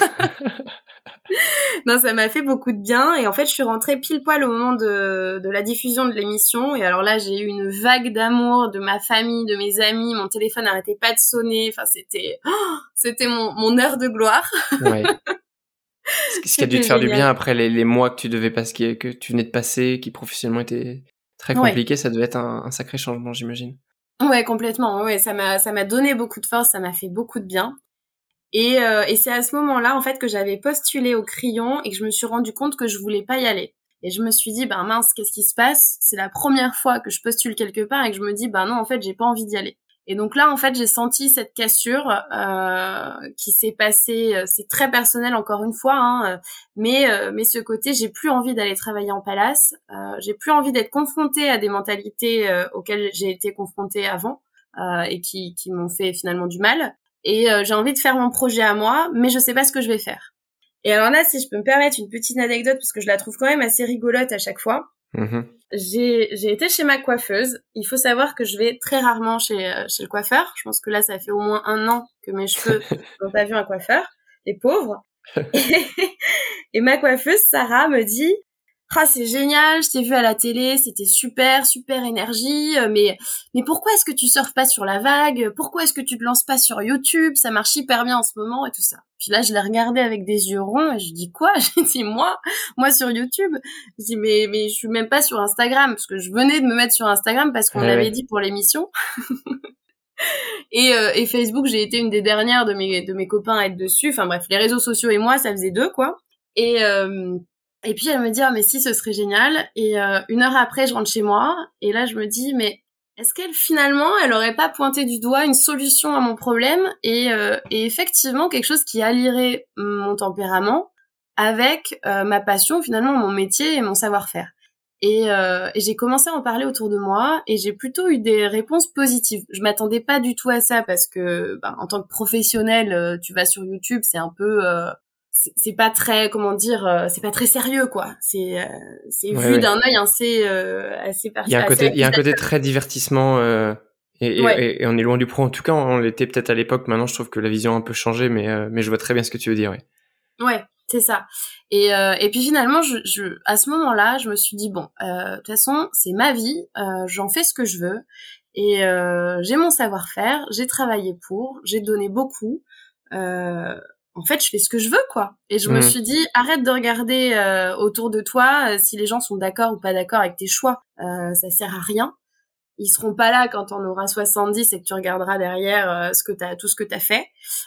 Non, ça m'a fait beaucoup de bien et en fait, je suis rentrée pile poil au moment de la diffusion de l'émission et alors là, j'ai eu une vague d'amour de ma famille, de mes amis, mon téléphone n'arrêtait pas de sonner, enfin c'était mon heure de gloire. Ouais. Ce qui a dû te faire du bien après les mois que tu devais passer, que tu venais de passer, qui professionnellement étaient très compliqués, ça devait être un sacré changement, j'imagine. Ouais, complètement. Ouais, ça m'a donné beaucoup de force, ça m'a fait beaucoup de bien. Et c'est à ce moment-là, en fait, que j'avais postulé au Crayon et que je me suis rendu compte que je voulais pas y aller. Et je me suis dit, mince, qu'est-ce qui se passe? C'est la première fois que je postule quelque part et que je me dis, non, en fait, j'ai pas envie d'y aller. Et donc là, en fait, j'ai senti cette cassure qui s'est passée. C'est très personnel, encore une fois, hein, mais ce côté, j'ai plus envie d'aller travailler en palace. J'ai plus envie d'être confrontée à des mentalités auxquelles j'ai été confrontée avant et qui m'ont fait finalement du mal. Et j'ai envie de faire mon projet à moi, mais je sais pas ce que je vais faire. Et alors là, si je peux me permettre une petite anecdote, parce que je la trouve quand même assez rigolote à chaque fois. J'ai été chez ma coiffeuse. Il faut savoir que je vais très rarement chez le coiffeur. Je pense que là, ça fait au moins 1 an que mes cheveux n'ont pas vu un coiffeur. Les pauvres. Et ma coiffeuse, Sarah, me dit... c'est génial, je t'ai vu à la télé, c'était super énergie, mais pourquoi est-ce que tu surfes pas sur la vague? Pourquoi est-ce que tu te lances pas sur YouTube? Ça marche hyper bien en ce moment et tout ça. Puis là, je l'ai regardée avec des yeux ronds et je dis quoi? J'ai dit moi sur YouTube. Je dis mais je suis même pas sur Instagram parce que je venais de me mettre sur Instagram parce qu'on l'avait dit pour l'émission. Et Facebook, j'ai été une des dernières de mes copains à être dessus. Enfin bref, les réseaux sociaux et moi, ça faisait 2 quoi. Et puis elle me dit mais si, ce serait génial. Et 1 heure après, je rentre chez moi et là je me dis mais est-ce qu'elle finalement elle aurait pas pointé du doigt une solution à mon problème et effectivement quelque chose qui allierait mon tempérament avec ma passion, finalement mon métier et mon savoir-faire. Et j'ai commencé à en parler autour de moi et j'ai plutôt eu des réponses positives. Je m'attendais pas du tout à ça parce que en tant que professionnel, tu vas sur YouTube, c'est un peu c'est pas très c'est pas très sérieux quoi. C'est vu d'un œil assez particulier. Il y a un côté très divertissement et on est loin du pro. En tout cas, on l'était peut-être à l'époque. Maintenant, je trouve que la vision a un peu changé, mais je vois très bien ce que tu veux dire. Ouais, c'est ça. Et puis finalement, à ce moment-là, je me suis dit de toute façon, c'est ma vie, j'en fais ce que je veux. Et j'ai mon savoir-faire, j'ai travaillé pour, j'ai donné beaucoup. En fait, je fais ce que je veux, quoi. Et je me suis dit, arrête de regarder autour de toi si les gens sont d'accord ou pas d'accord avec tes choix. Ça sert à rien. Ils seront pas là quand on aura 70 et que tu regarderas derrière tout ce que t'as fait.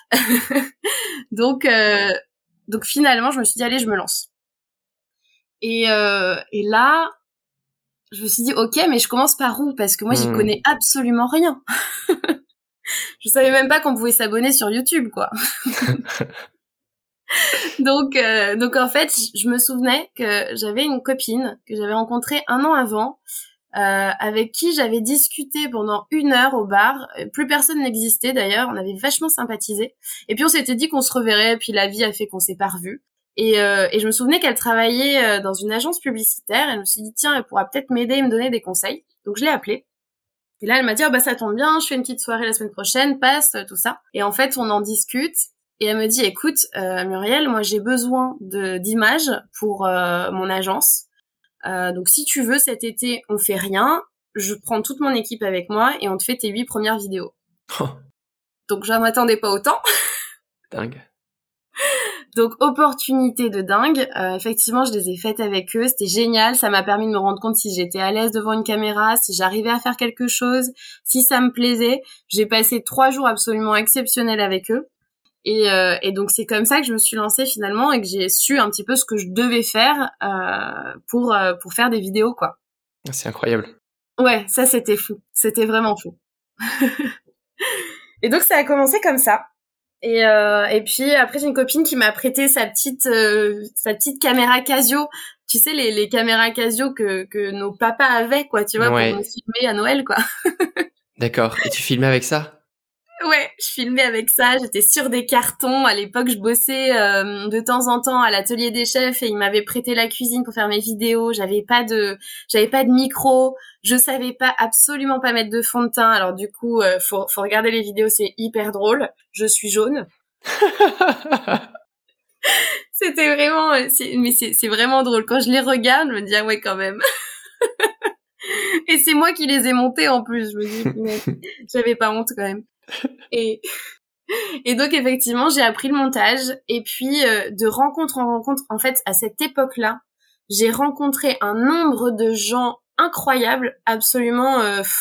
Donc finalement, je me suis dit, allez, je me lance. Et là, je me suis dit, ok, mais je commence par où? Parce que moi, j'y connais absolument rien. Je savais même pas qu'on pouvait s'abonner sur YouTube, quoi. Donc en fait, je me souvenais que j'avais une copine que j'avais rencontrée 1 an avant, avec qui j'avais discuté pendant 1 heure au bar. Plus personne n'existait d'ailleurs, on avait vachement sympathisé. Et puis on s'était dit qu'on se reverrait, puis la vie a fait qu'on s'est pas revus. Et je me souvenais qu'elle travaillait dans une agence publicitaire, et je me suis dit, tiens, elle pourra peut-être m'aider et me donner des conseils. Donc je l'ai appelée. Et là, elle m'a dit, oh, bah ça tombe bien, je fais une petite soirée la semaine prochaine, passe, tout ça. Et en fait, on en discute. Et elle me dit, écoute, Muriel, moi j'ai besoin d'images pour mon agence. Donc si tu veux, cet été, on fait rien. Je prends toute mon équipe avec moi et on te fait tes 8 premières vidéos. Oh. Donc je m'attendais pas autant. Dingue. Donc opportunité de dingue. Effectivement, je les ai faites avec eux. C'était génial. Ça m'a permis de me rendre compte si j'étais à l'aise devant une caméra, si j'arrivais à faire quelque chose, si ça me plaisait. J'ai passé 3 jours absolument exceptionnels avec eux. Et donc c'est comme ça que je me suis lancée finalement et que j'ai su un petit peu ce que je devais faire pour faire des vidéos, quoi. C'est incroyable. Ouais, ça c'était fou. C'était vraiment fou. Et donc ça a commencé comme ça. Et puis après j'ai une copine qui m'a prêté sa petite caméra Casio. Tu sais les caméras Casio que nos papas avaient, quoi, tu vois, pour nous filmer à Noël, quoi. D'accord. Et tu filmais avec ça? Ouais, je filmais avec ça, j'étais sur des cartons. À l'époque, je bossais de temps en temps à l'atelier des chefs et ils m'avaient prêté la cuisine pour faire mes vidéos. J'avais pas de micro, je savais absolument pas mettre de fond de teint. Alors du coup, faut regarder les vidéos, c'est hyper drôle. Je suis jaune. C'était vraiment c'est vraiment drôle quand je les regarde, je me dis ah ouais quand même. Et c'est moi qui les ai montés en plus, je me dis mais j'avais pas honte quand même. Et donc effectivement j'ai appris le montage et puis de rencontre en rencontre, en fait à cette époque-là j'ai rencontré un nombre de gens incroyables, absolument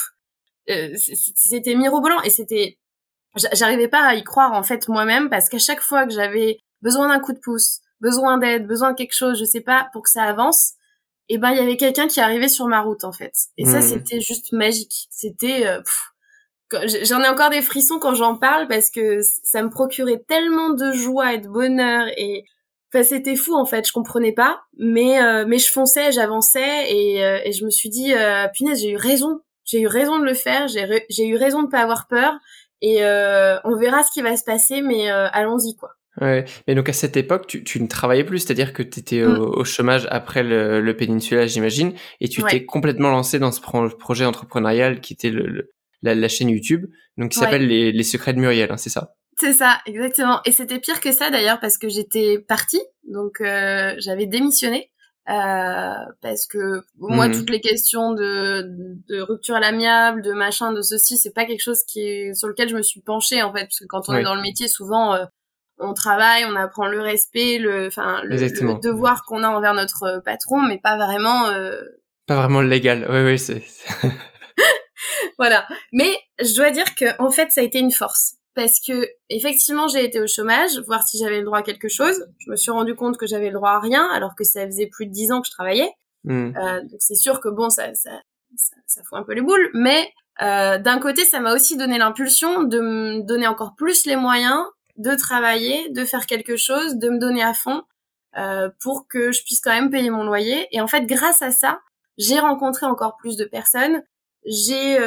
c'était mirobolant et j'arrivais pas à y croire en fait moi-même, parce qu'à chaque fois que j'avais besoin d'un coup de pouce, besoin d'aide, besoin de quelque chose, je sais pas, pour que ça avance, et ben il y avait quelqu'un qui arrivait sur ma route en fait. Et ça c'était juste magique. C'était j'en ai encore des frissons quand j'en parle parce que ça me procurait tellement de joie et de bonheur et enfin c'était fou en fait, je comprenais pas mais je fonçais, j'avançais et je me suis dit punaise, j'ai eu raison de le faire, j'ai eu raison de pas avoir peur et on verra ce qui va se passer mais allons-y quoi. Ouais, mais donc à cette époque, tu ne travaillais plus, c'est-à-dire que tu étais au chômage après le Peninsula, j'imagine, et tu t'es complètement lancé dans ce projet entrepreneurial qui était la chaîne YouTube, donc qui s'appelle les Secrets de Muriel, hein, c'est ça? C'est ça, exactement. Et c'était pire que ça d'ailleurs parce que j'étais partie, donc j'avais démissionné parce que moi toutes les questions de rupture à l'amiable, de machin, de ceci, c'est pas quelque chose sur lequel je me suis penchée en fait, parce que quand on est dans le métier, souvent on travaille, on apprend le respect, le devoir qu'on a envers notre patron, mais pas vraiment pas vraiment légal. Oui, c'est voilà. Mais je dois dire que en fait ça a été une force. Parce que effectivement j'ai été au chômage, voir si j'avais le droit à quelque chose. Je me suis rendu compte que j'avais le droit à rien, alors que ça faisait plus de 10 ans que je travaillais. Donc c'est sûr que bon, ça fout un peu les boules. Mais d'un côté, ça m'a aussi donné l'impulsion de me donner encore plus les moyens de travailler, de faire quelque chose, de me donner à fond pour que je puisse quand même payer mon loyer. Et en fait, grâce à ça, j'ai rencontré encore plus de personnes. J'ai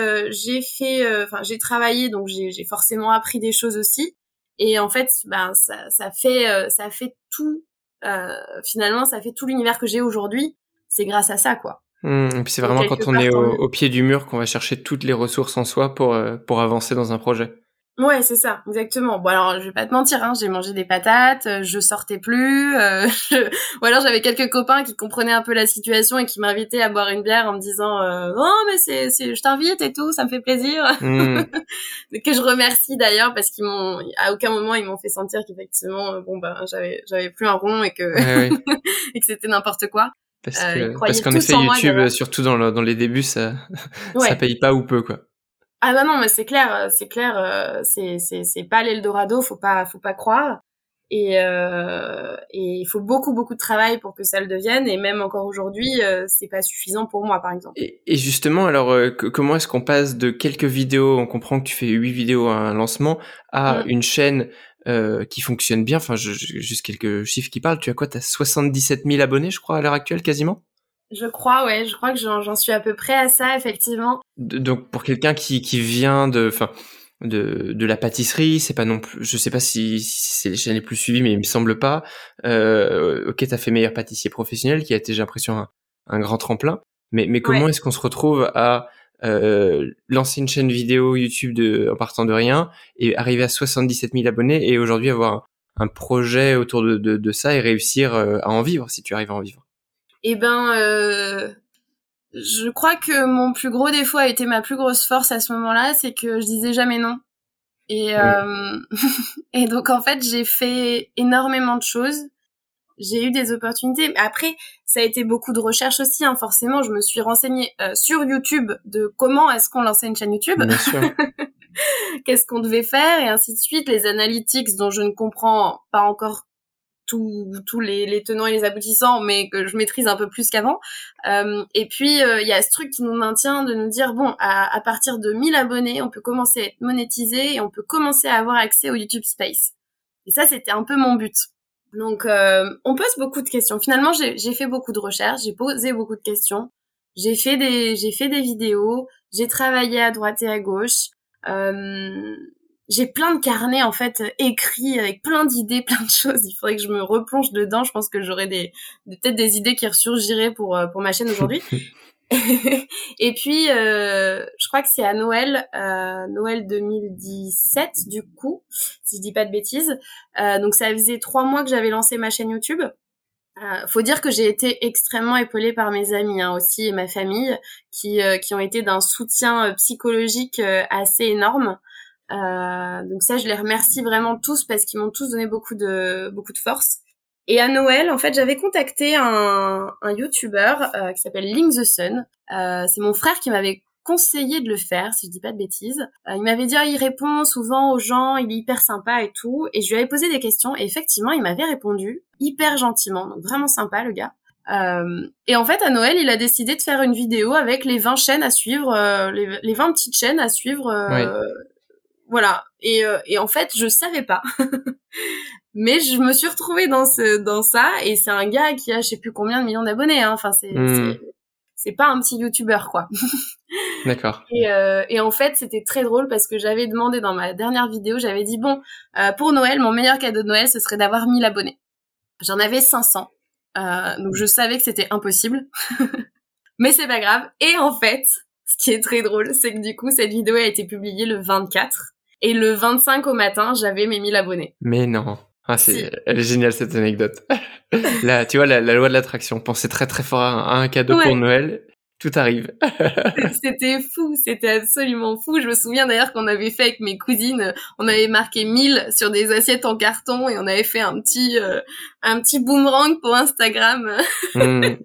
travaillé, donc j'ai forcément appris des choses aussi. Et en fait, ben ça fait tout. Finalement, ça fait tout l'univers que j'ai aujourd'hui. C'est grâce à ça, quoi. Et puis c'est vraiment quand on est au pied du mur qu'on va chercher toutes les ressources en soi pour avancer dans un projet. Ouais, c'est ça, exactement. Bon alors, je vais pas te mentir, hein, j'ai mangé des patates, je sortais plus, ou alors j'avais quelques copains qui comprenaient un peu la situation et qui m'invitaient à boire une bière en me disant non mais c'est je t'invite et tout, ça me fait plaisir. Mmh. Que je remercie d'ailleurs parce qu'ils m'ont à aucun moment ils m'ont fait sentir qu'effectivement bon bah j'avais plus un rond et que Ouais, oui. et que c'était n'importe quoi. Ils Parce croyaient qu'en tous effet, en moi YouTube, d'ailleurs. surtout dans les débuts, ça ça Ouais. paye pas ou peu, quoi. Ah bah non, mais c'est clair, c'est pas l'Eldorado, faut pas croire. Et il faut beaucoup beaucoup de travail pour que ça le devienne. Et même encore aujourd'hui, c'est pas suffisant pour moi, par exemple. Et justement, alors, comment est-ce qu'on passe de quelques vidéos, on comprend que tu fais 8 vidéos à un lancement, à Mm. une chaîne qui fonctionne bien, enfin, juste quelques chiffres qui parlent. Tu as quoi? T'as 77 000 abonnés, je crois, à l'heure actuelle, quasiment? Je crois, ouais, je crois que j'en suis à peu près à ça, effectivement. Donc, pour quelqu'un qui vient de la pâtisserie, c'est pas non plus, je sais pas si c'est les chaînes les plus suivies, mais il me semble pas. Ok, t'as fait meilleur pâtissier professionnel, qui a été, j'ai l'impression, un grand tremplin. Mais Ouais. comment est-ce qu'on se retrouve à lancer une chaîne vidéo YouTube en partant de rien et arriver à 77 000 abonnés et aujourd'hui avoir un projet autour de ça et réussir à en vivre, si tu arrives à en vivre? Eh ben, je crois que mon plus gros défaut a été ma plus grosse force à ce moment-là, c'est que je disais jamais non. Et, Mm. et donc en fait, j'ai fait énormément de choses. J'ai eu des opportunités. Mais après, ça a été beaucoup de recherches aussi. Hein. Forcément, je me suis renseignée sur YouTube de comment est-ce qu'on lançait une chaîne YouTube, Bien sûr. qu'est-ce qu'on devait faire et ainsi de suite. Les analytics dont je ne comprends pas encore tous les tenants et les aboutissants, mais que je maîtrise un peu plus qu'avant. Et puis, il y a ce truc qui nous maintient de nous dire, bon, à partir de 1000 abonnés, on peut commencer à être monétisé et on peut commencer à avoir accès au YouTube Space. Et ça, c'était un peu mon but. Donc, on pose beaucoup de questions. Finalement, j'ai fait beaucoup de recherches, j'ai posé beaucoup de questions, j'ai fait des vidéos, j'ai travaillé à droite et à gauche. Euh, j'ai plein de carnets en fait écrits avec plein d'idées, plein de choses. Il faudrait que je me replonge dedans. Je pense que j'aurais peut-être des idées qui ressurgiraient pour ma chaîne aujourd'hui. Et puis, je crois que c'est à Noël 2017, du coup, si je dis pas de bêtises. Donc, ça faisait 3 mois que j'avais lancé ma chaîne YouTube. Faut dire que j'ai été extrêmement épaulée par mes amis hein, aussi et ma famille qui ont été d'un soutien psychologique assez énorme. Donc ça, je les remercie vraiment tous parce qu'ils m'ont tous donné beaucoup de force. Et à Noël, en fait, j'avais contacté un YouTuber qui s'appelle Link the Sun. C'est mon frère qui m'avait conseillé de le faire, si je dis pas de bêtises. Il m'avait dit, il répond souvent aux gens, il est hyper sympa et tout. Et je lui avais posé des questions et effectivement, il m'avait répondu hyper gentiment. Donc vraiment sympa, le gars. Et en fait, à Noël, il a décidé de faire une vidéo avec les 20 chaînes à suivre, les 20 petites chaînes à suivre. Oui. Voilà. Et en fait, je savais pas. Mais je me suis retrouvée dans ça. Et c'est un gars qui a, je sais plus combien de millions d'abonnés, hein. Enfin, c'est pas un petit youtubeur, quoi. D'accord. Et en fait, c'était très drôle parce que j'avais demandé dans ma dernière vidéo, j'avais dit, bon, pour Noël, mon meilleur cadeau de Noël, ce serait d'avoir 1000 abonnés. J'en avais 500. Donc je savais que c'était impossible. Mais c'est pas grave. Et en fait, ce qui est très drôle, c'est que du coup, cette vidéo a été publiée le 24. Et le 25 au matin, j'avais mes 1000 abonnés. Mais non. Ah, Si. elle est géniale cette anecdote. Là, tu vois, la loi de l'attraction. Pensez très très fort à un cadeau pour Ouais. Noël, tout arrive. C'était fou, c'était absolument fou. Je me souviens d'ailleurs qu'on avait fait avec mes cousines, on avait marqué 1000 sur des assiettes en carton et on avait fait un petit boomerang pour Instagram. Mm.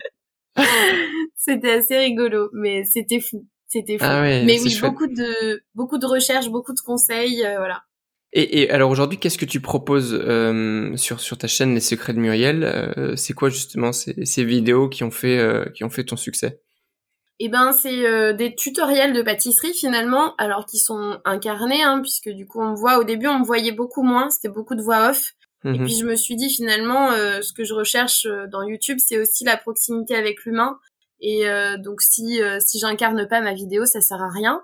C'était assez rigolo, mais c'était fou. C'était fou. Ah ouais, Mais c'est oui, chouette. beaucoup de recherches, beaucoup de conseils, voilà. Et alors aujourd'hui, qu'est-ce que tu proposes sur ta chaîne Les Secrets de Muriel? C'est quoi justement ces vidéos qui ont fait ton succès? Eh ben, c'est des tutoriels de pâtisserie finalement, alors qui sont incarnés, hein, puisque du coup on me voit. Au début, on me voyait beaucoup moins, c'était beaucoup de voix off. Et puis Mhm. je me suis dit finalement, ce que je recherche dans YouTube, c'est aussi la proximité avec l'humain. Et donc si j'incarne pas ma vidéo, ça sert à rien.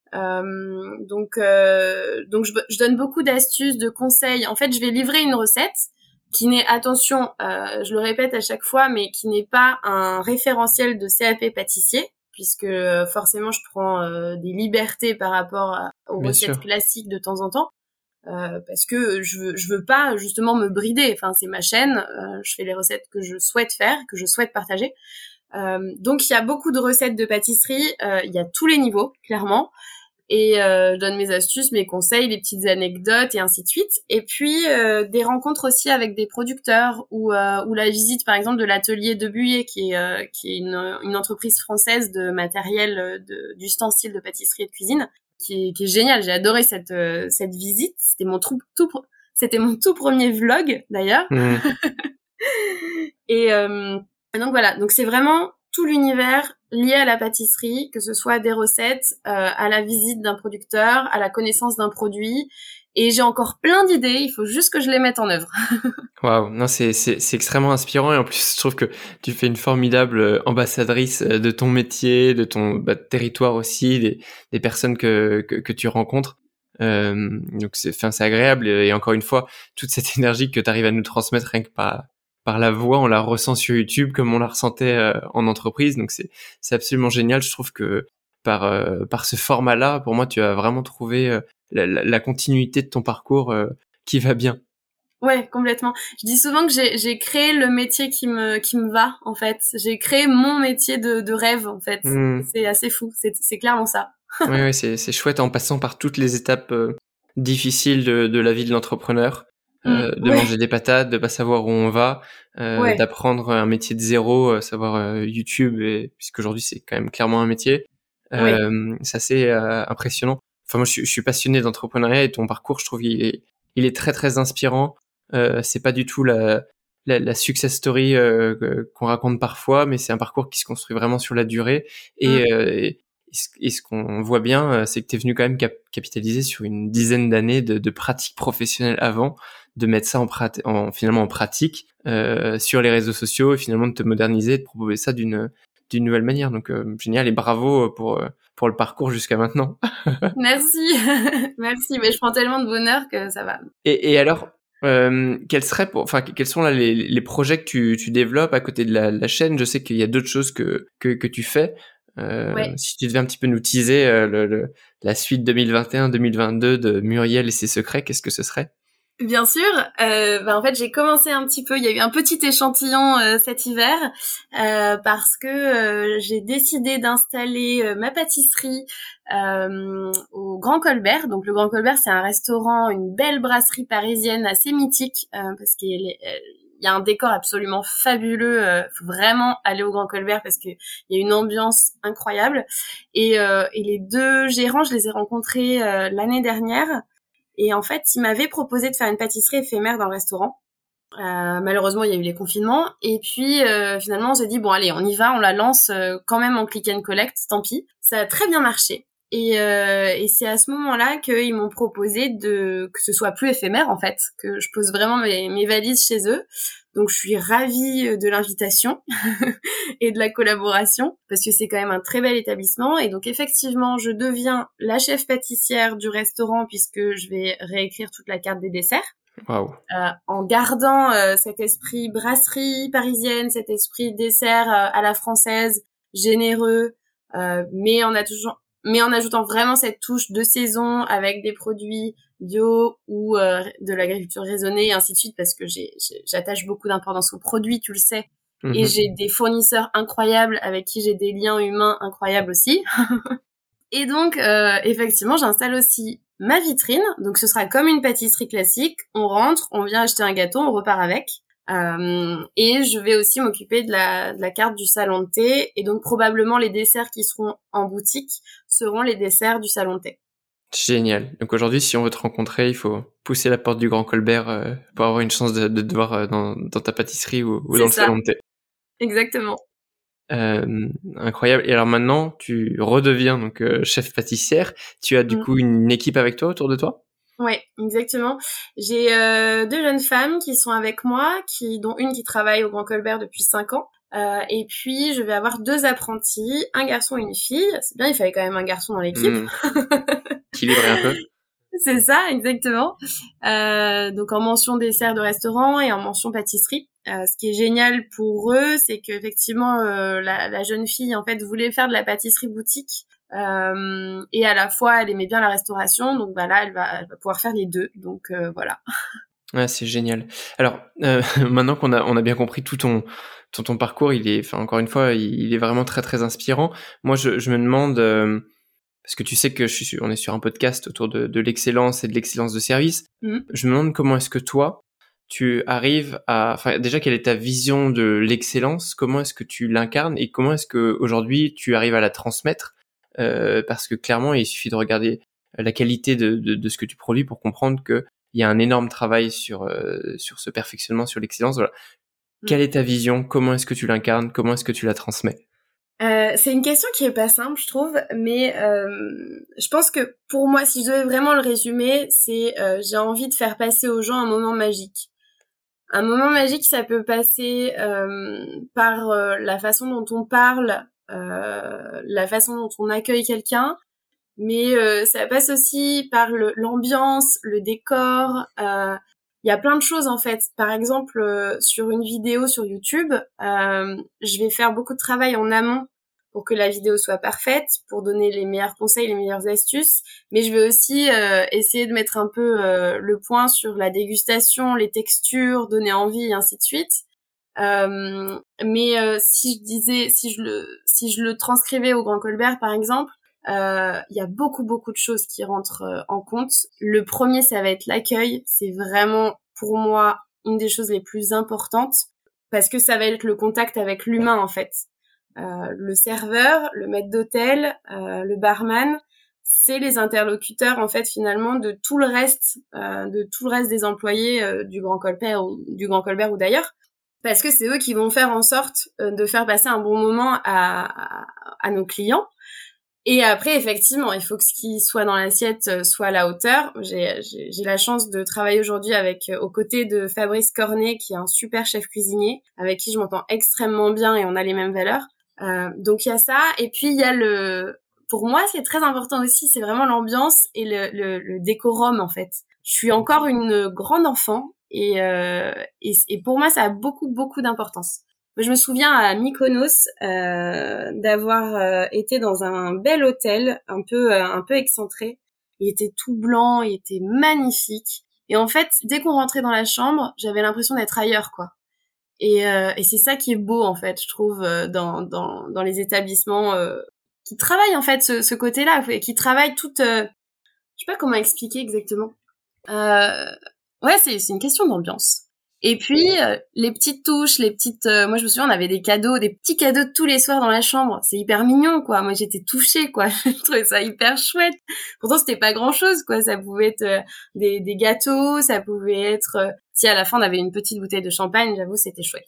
Donc je donne beaucoup d'astuces, de conseils. En fait, je vais livrer une recette qui n'est, attention, je le répète à chaque fois, mais qui n'est pas un référentiel de CAP pâtissier, puisque forcément je prends des libertés par rapport aux Bien recettes sûr. classiques de temps en temps. parce que je veux pas justement me brider. Enfin, c'est ma chaîne, je fais les recettes que je souhaite faire, que je souhaite partager. Donc il y a beaucoup de recettes de pâtisserie, il y a tous les niveaux, clairement. Et je donne mes astuces, mes conseils, les petites anecdotes et ainsi de suite. Et puis des rencontres aussi avec des producteurs ou la visite par exemple de l'atelier de Buyer qui est une entreprise française de matériel d'ustensiles de pâtisserie et de cuisine qui est génial. J'ai adoré cette visite. C'était mon tout premier vlog d'ailleurs. Mmh. Et donc voilà, donc c'est vraiment tout l'univers lié à la pâtisserie, que ce soit des recettes, à la visite d'un producteur, à la connaissance d'un produit. Et j'ai encore plein d'idées, il faut juste que je les mette en œuvre. Waouh, non, c'est extrêmement inspirant et en plus, je trouve que tu fais une formidable ambassadrice de ton métier, de ton territoire aussi, des personnes que tu rencontres. Donc c'est agréable et encore une fois, toute cette énergie que tu arrives à nous transmettre rien que par la voix, on la ressent sur YouTube comme on la ressentait en entreprise. Donc c'est absolument génial. Je trouve que par ce format-là, pour moi, tu as vraiment trouvé la continuité de ton parcours qui va bien. Ouais, complètement. Je dis souvent que j'ai créé le métier qui me va, en fait. J'ai créé mon métier de rêve, en fait. Mmh. C'est assez fou. C'est clairement ça. Oui, c'est chouette en passant par toutes les étapes difficiles de la vie de l'entrepreneur, de Ouais. manger des patates, de pas savoir où on va, Ouais. d'apprendre un métier de zéro, savoir YouTube, et puisqu'aujourd'hui c'est quand même clairement un métier. Oui. C'est assez impressionnant. Enfin moi je suis passionné d'entrepreneuriat et ton parcours je trouve il est très très inspirant. C'est pas du tout la success story qu'on raconte parfois, mais c'est un parcours qui se construit vraiment sur la durée et ce qu'on voit bien, c'est que tu es venu quand même capitaliser sur une dizaine d'années de pratique professionnelle avant, de mettre ça finalement en pratique sur les réseaux sociaux et finalement de te moderniser, de proposer ça d'une nouvelle manière. Donc génial et bravo pour le parcours jusqu'à maintenant. Merci. Merci. Mais je prends tellement de bonheur que ça va. Et alors, quels sont là les projets que tu développes à côté de la chaîne? Je sais qu'il y a d'autres choses que tu fais. Ouais. Si tu devais un petit peu nous teaser la suite 2021-2022 de Muriel et ses secrets, qu'est-ce que ce serait? Bien sûr, en fait j'ai commencé un petit peu, il y a eu un petit échantillon cet hiver parce que j'ai décidé d'installer ma pâtisserie au Grand Colbert. Donc le Grand Colbert c'est un restaurant, une belle brasserie parisienne assez mythique parce qu'il y a un décor absolument fabuleux. Faut vraiment aller au Grand Colbert parce que il y a une ambiance incroyable. Et les deux gérants, je les ai rencontrés l'année dernière. Et en fait, il m'avait proposé de faire une pâtisserie éphémère dans le restaurant. Malheureusement, il y a eu les confinements. Et puis, finalement, on s'est dit, bon, allez, on y va, on la lance quand même en click and collect, tant pis. Ça a très bien marché. Et c'est à ce moment-là qu'ils m'ont proposé que ce soit plus éphémère, en fait, que je pose vraiment mes valises chez eux. Donc, je suis ravie de l'invitation et de la collaboration parce que c'est quand même un très bel établissement. Et donc, effectivement, je deviens la chef pâtissière du restaurant puisque je vais réécrire toute la carte des desserts. Waouh. En gardant cet esprit brasserie parisienne, cet esprit dessert à la française, généreux, mais en ajoutant vraiment cette touche de saison avec des produits bio ou de l'agriculture raisonnée et ainsi de suite parce que j'attache beaucoup d'importance aux produits, tu le sais. Et j'ai des fournisseurs incroyables avec qui j'ai des liens humains incroyables aussi. Et donc, effectivement, j'installe aussi ma vitrine. Donc, ce sera comme une pâtisserie classique. On rentre, on vient acheter un gâteau, on repart avec. Et je vais aussi m'occuper de la carte du salon de thé. Et donc, probablement, les desserts qui seront en boutique seront les desserts du salon de thé. Génial. Donc aujourd'hui, si on veut te rencontrer, il faut pousser la porte du Grand Colbert pour avoir une chance de te voir dans ta pâtisserie ou dans le salon de thé. Exactement. Incroyable. Et alors maintenant, tu redeviens donc chef pâtissière. Tu as du coup une équipe avec toi autour de toi? Ouais, exactement. J'ai deux jeunes femmes qui sont avec moi, dont une qui travaille au Grand Colbert depuis 5 ans. Et puis, je vais avoir 2 apprentis, un garçon et une fille. C'est bien, il fallait quand même un garçon dans l'équipe. Équilibrer un peu. C'est ça, exactement. Donc en mention dessert de restaurant et en mention pâtisserie. Ce qui est génial pour eux, c'est qu'effectivement la jeune fille en fait voulait faire de la pâtisserie boutique Et à la fois, elle aimait bien la restauration, donc bah là, elle va pouvoir faire les deux. Donc voilà. Ouais, c'est génial. Alors, maintenant qu'on a, on a bien compris tout ton parcours, il est, enfin, encore une fois, il est vraiment très, très inspirant. Moi, je me demande, parce que tu sais que on est sur un podcast autour de l'excellence et de l'excellence de service. Je me demande comment est-ce que toi, tu arrives à, enfin, déjà, quelle est ta vision de l'excellence? Comment est-ce que tu l'incarnes et comment est-ce que aujourd'hui tu arrives à la transmettre? Parce que clairement, il suffit de regarder la qualité de ce que tu produis pour comprendre que il y a un énorme travail sur ce perfectionnement, sur l'excellence. Voilà. Quelle est ta vision? Comment est-ce que tu l'incarnes? Comment est-ce que tu la transmets? C'est une question qui est pas simple, je trouve, mais je pense que pour moi, si je devais vraiment le résumer, c'est j'ai envie de faire passer aux gens un moment magique. Un moment magique, ça peut passer par la façon dont on parle, la façon dont on accueille quelqu'un, mais ça passe aussi par l'ambiance, le décor. Il y a plein de choses en fait. Par exemple, sur une vidéo sur YouTube, je vais faire beaucoup de travail en amont pour que la vidéo soit parfaite, pour donner les meilleurs conseils, les meilleures astuces. Mais je vais aussi essayer de mettre un peu le point sur la dégustation, les textures, donner envie et ainsi de suite. Mais si je le transcrivais au Grand Colbert par exemple, il y a beaucoup de choses qui rentrent en compte. Le premier, ça va être l'accueil. C'est vraiment pour moi une des choses les plus importantes parce que ça va être le contact avec l'humain en fait. Le serveur, le maître d'hôtel, le barman, c'est les interlocuteurs en fait finalement de tout le reste des employés du Grand Colbert ou d'ailleurs. Parce que c'est eux qui vont faire en sorte de faire passer un bon moment à nos clients. Et après, effectivement, il faut que ce qui soit dans l'assiette soit à la hauteur. J'ai la chance de travailler aujourd'hui aux côtés de Fabrice Cornet, qui est un super chef cuisinier, avec qui je m'entends extrêmement bien et on a les mêmes valeurs. Donc il y a ça. Et puis il y a pour moi, ce qui est très important aussi, c'est vraiment l'ambiance et le décorum, en fait. Je suis encore une grande enfant et pour moi, ça a beaucoup d'importance. Je me souviens à Mykonos d'avoir été dans un bel hôtel un peu excentré. Il était tout blanc, il était magnifique. Et en fait, dès qu'on rentrait dans la chambre, j'avais l'impression d'être ailleurs, quoi. Et c'est ça qui est beau, en fait, je trouve, dans les établissements qui travaillent en fait ce côté-là, qui travaillent je sais pas comment expliquer exactement. Ouais, c'est une question d'ambiance. Et puis les petites touches, moi je me souviens, on avait des petits cadeaux tous les soirs dans la chambre. C'est hyper mignon, quoi. Moi j'étais touchée, quoi. Je trouvais ça hyper chouette. Pourtant c'était pas grand-chose, quoi. Ça pouvait être des gâteaux, ça pouvait être si à la fin on avait une petite bouteille de champagne, j'avoue c'était chouette.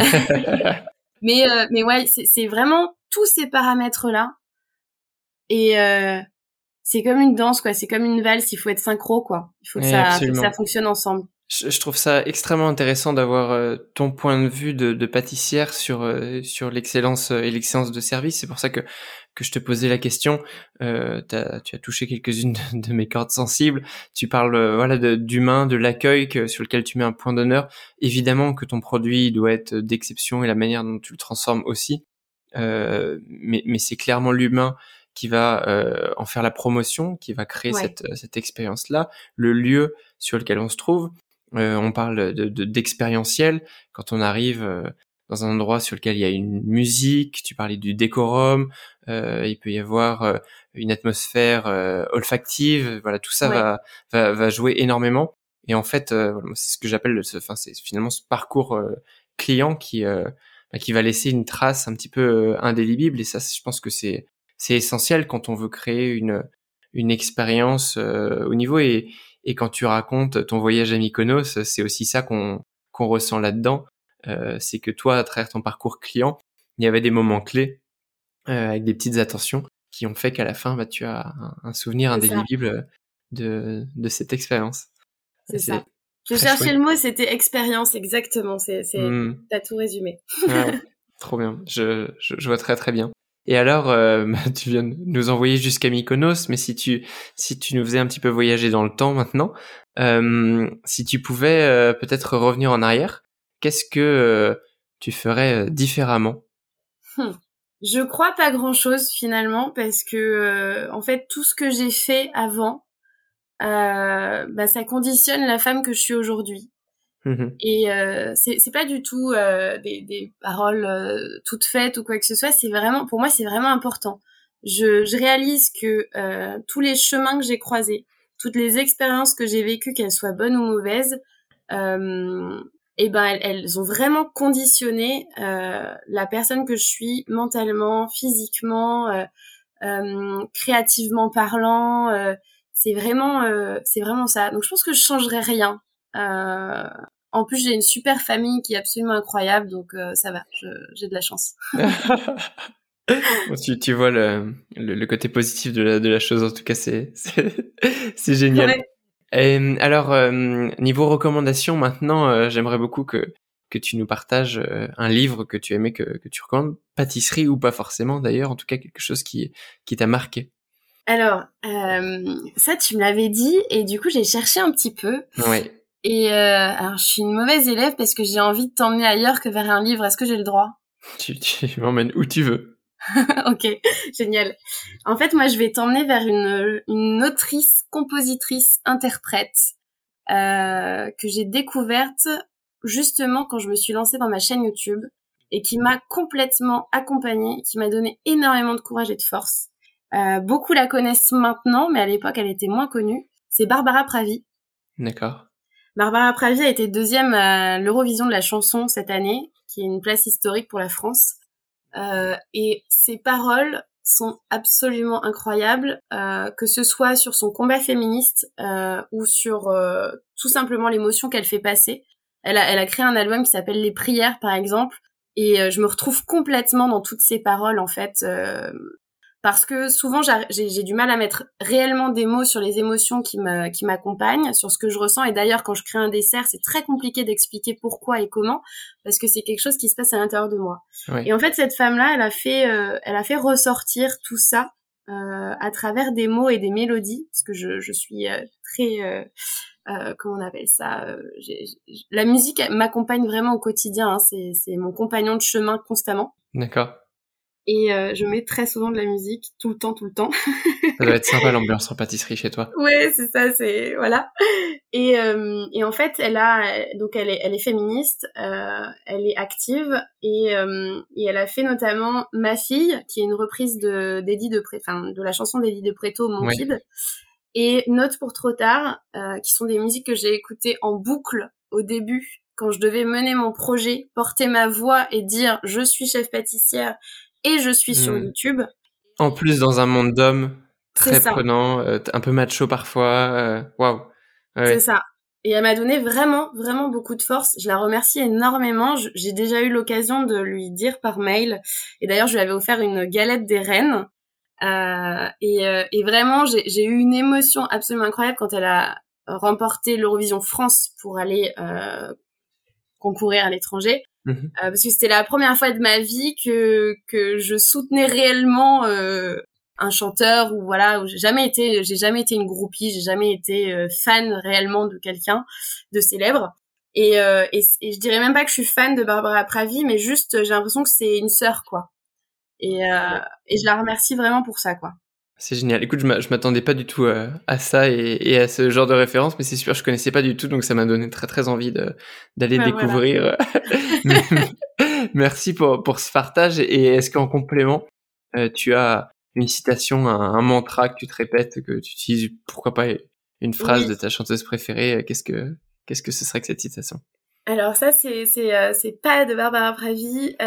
Mais ouais, c'est vraiment tous ces paramètres-là. Et c'est comme une danse, quoi. C'est comme une valse. Il faut être synchro, quoi. Il faut que ça fonctionne ensemble. Je trouve ça extrêmement intéressant d'avoir ton point de vue de pâtissière sur l'excellence et l'excellence de service. C'est pour ça que je te posais la question. Tu as touché quelques-unes de mes cordes sensibles. Tu parles voilà d'humain, de l'accueil sur lequel tu mets un point d'honneur. Évidemment que ton produit doit être d'exception et la manière dont tu le transformes aussi. Mais c'est clairement l'humain qui va en faire la promotion, qui va créer cette expérience-là, le lieu sur lequel on se trouve. On parle d'expérientiel quand on arrive dans un endroit sur lequel il y a une musique. Tu parlais du décorum, il peut y avoir une atmosphère olfactive. Voilà, tout ça va jouer énormément. Et en fait, c'est ce que j'appelle, c'est finalement ce parcours client qui va laisser une trace un petit peu indélébile. Et ça, je pense que c'est essentiel quand on veut créer une expérience au niveau et quand tu racontes ton voyage à Mykonos, c'est aussi ça qu'on ressent là-dedans. C'est que toi, à travers ton parcours client, il y avait des moments clés avec des petites attentions qui ont fait qu'à la fin, tu as un souvenir indélébile de cette expérience. C'est ça. Je cherchais le mot, c'était expérience, exactement. T'as tout résumé. Ouais, trop bien. Je vois très très bien. Et alors, tu viens de nous envoyer jusqu'à Mykonos, mais si tu nous faisais un petit peu voyager dans le temps maintenant, si tu pouvais peut-être revenir en arrière, qu'est-ce que tu ferais différemment? Je crois pas grand-chose finalement parce que en fait tout ce que j'ai fait avant, ça conditionne la femme que je suis aujourd'hui. Mhm. Et c'est pas du tout des paroles toutes faites ou quoi que ce soit. C'est vraiment, pour moi, c'est vraiment important. Je réalise que tous les chemins que j'ai croisés, toutes les expériences que j'ai vécues, qu'elles soient bonnes ou mauvaises, euh, elles ont vraiment conditionné la personne que je suis mentalement, physiquement, créativement parlant. C'est vraiment ça. Donc je pense que je changerais rien. Euh, En plus, j'ai une super famille qui est absolument incroyable, donc ça va, j'ai de la chance. Bon, tu vois le côté positif de la chose, en tout cas, c'est génial. Ouais. Et, alors, niveau recommandation, maintenant, j'aimerais beaucoup que tu nous partages un livre que tu aimais, que tu recommandes, pâtisserie ou pas forcément d'ailleurs, en tout cas quelque chose qui t'a marqué. Alors, ça, tu me l'avais dit, et du coup, j'ai cherché un petit peu. Ouais, Et alors, je suis une mauvaise élève parce que j'ai envie de t'emmener ailleurs que vers un livre. Est-ce que j'ai le droit? tu m'emmènes où tu veux. Ok, génial. En fait, moi, je vais t'emmener vers une autrice, compositrice, interprète que j'ai découverte justement quand je me suis lancée dans ma chaîne YouTube et qui m'a complètement accompagnée, qui m'a donné énormément de courage et de force. Beaucoup la connaissent maintenant, mais à l'époque, elle était moins connue. C'est Barbara Pravi. D'accord. Barbara Pravi a été deuxième à l'Eurovision de la chanson cette année, qui est une place historique pour la France. Et ses paroles sont absolument incroyables, que ce soit sur son combat féministe ou sur tout simplement l'émotion qu'elle fait passer. Elle a créé un album qui s'appelle Les Prières, par exemple, et je me retrouve complètement dans toutes ses paroles, en fait, parce que souvent j'ai du mal à mettre réellement des mots sur les émotions qui m'accompagnent, sur ce que je ressens. Et d'ailleurs, quand je crée un dessert, c'est très compliqué d'expliquer pourquoi et comment, parce que c'est quelque chose qui se passe à l'intérieur de moi. Et Ouais. en fait, cette femme-là, elle a fait ressortir tout ça à travers des mots et des mélodies, parce que je suis très comment on appelle ça la musique m'accompagne vraiment au quotidien, hein, c'est mon compagnon de chemin constamment. D'accord. Et je mets très souvent de la musique, tout le temps, tout le temps. Ça doit être sympa l'ambiance en pâtisserie chez toi. Ouais, c'est ça, c'est voilà. Et en fait, elle est féministe, elle est active et elle a fait notamment Ma fille, qui est une reprise de la chanson d'Eddie de Pretto, Mon Ouais. Kid, et Notes pour trop tard, qui sont des musiques que j'ai écoutées en boucle au début quand je devais mener mon projet, porter ma voix et dire je suis chef pâtissière et je suis sur Hmm. YouTube. En plus, dans un monde d'hommes C'est très ça. prenant, un peu macho parfois. Waouh. C'est Ouais. ça. Et elle m'a donné vraiment, vraiment beaucoup de force. Je la remercie énormément. J'ai déjà eu l'occasion de lui dire par mail. Et d'ailleurs, je lui avais offert une galette des reines. Et vraiment, j'ai eu une émotion absolument incroyable quand elle a remporté l'Eurovision France pour aller concourir à l'étranger. Mhm. Parce que c'était la première fois de ma vie que je soutenais réellement un chanteur, ou voilà, où j'ai jamais été une groupie, j'ai jamais été fan réellement de quelqu'un de célèbre. Et je dirais même pas que je suis fan de Barbara Pravi, mais juste j'ai l'impression que c'est une sœur, quoi. Et je la remercie vraiment pour ça, quoi. C'est génial. Écoute, je m'attendais pas du tout à ça et à ce genre de référence, mais c'est super, je connaissais pas du tout, donc ça m'a donné très très envie d'aller Ben voilà. découvrir. Mais- Merci pour ce partage. Et est-ce qu'en complément, tu as une citation, un mantra que tu te répètes, que tu utilises, pourquoi pas une phrase Oui. de ta chanteuse préférée? Qu'est-ce que ce serait que cette citation? Alors ça, c'est pas de Barbara Pravi,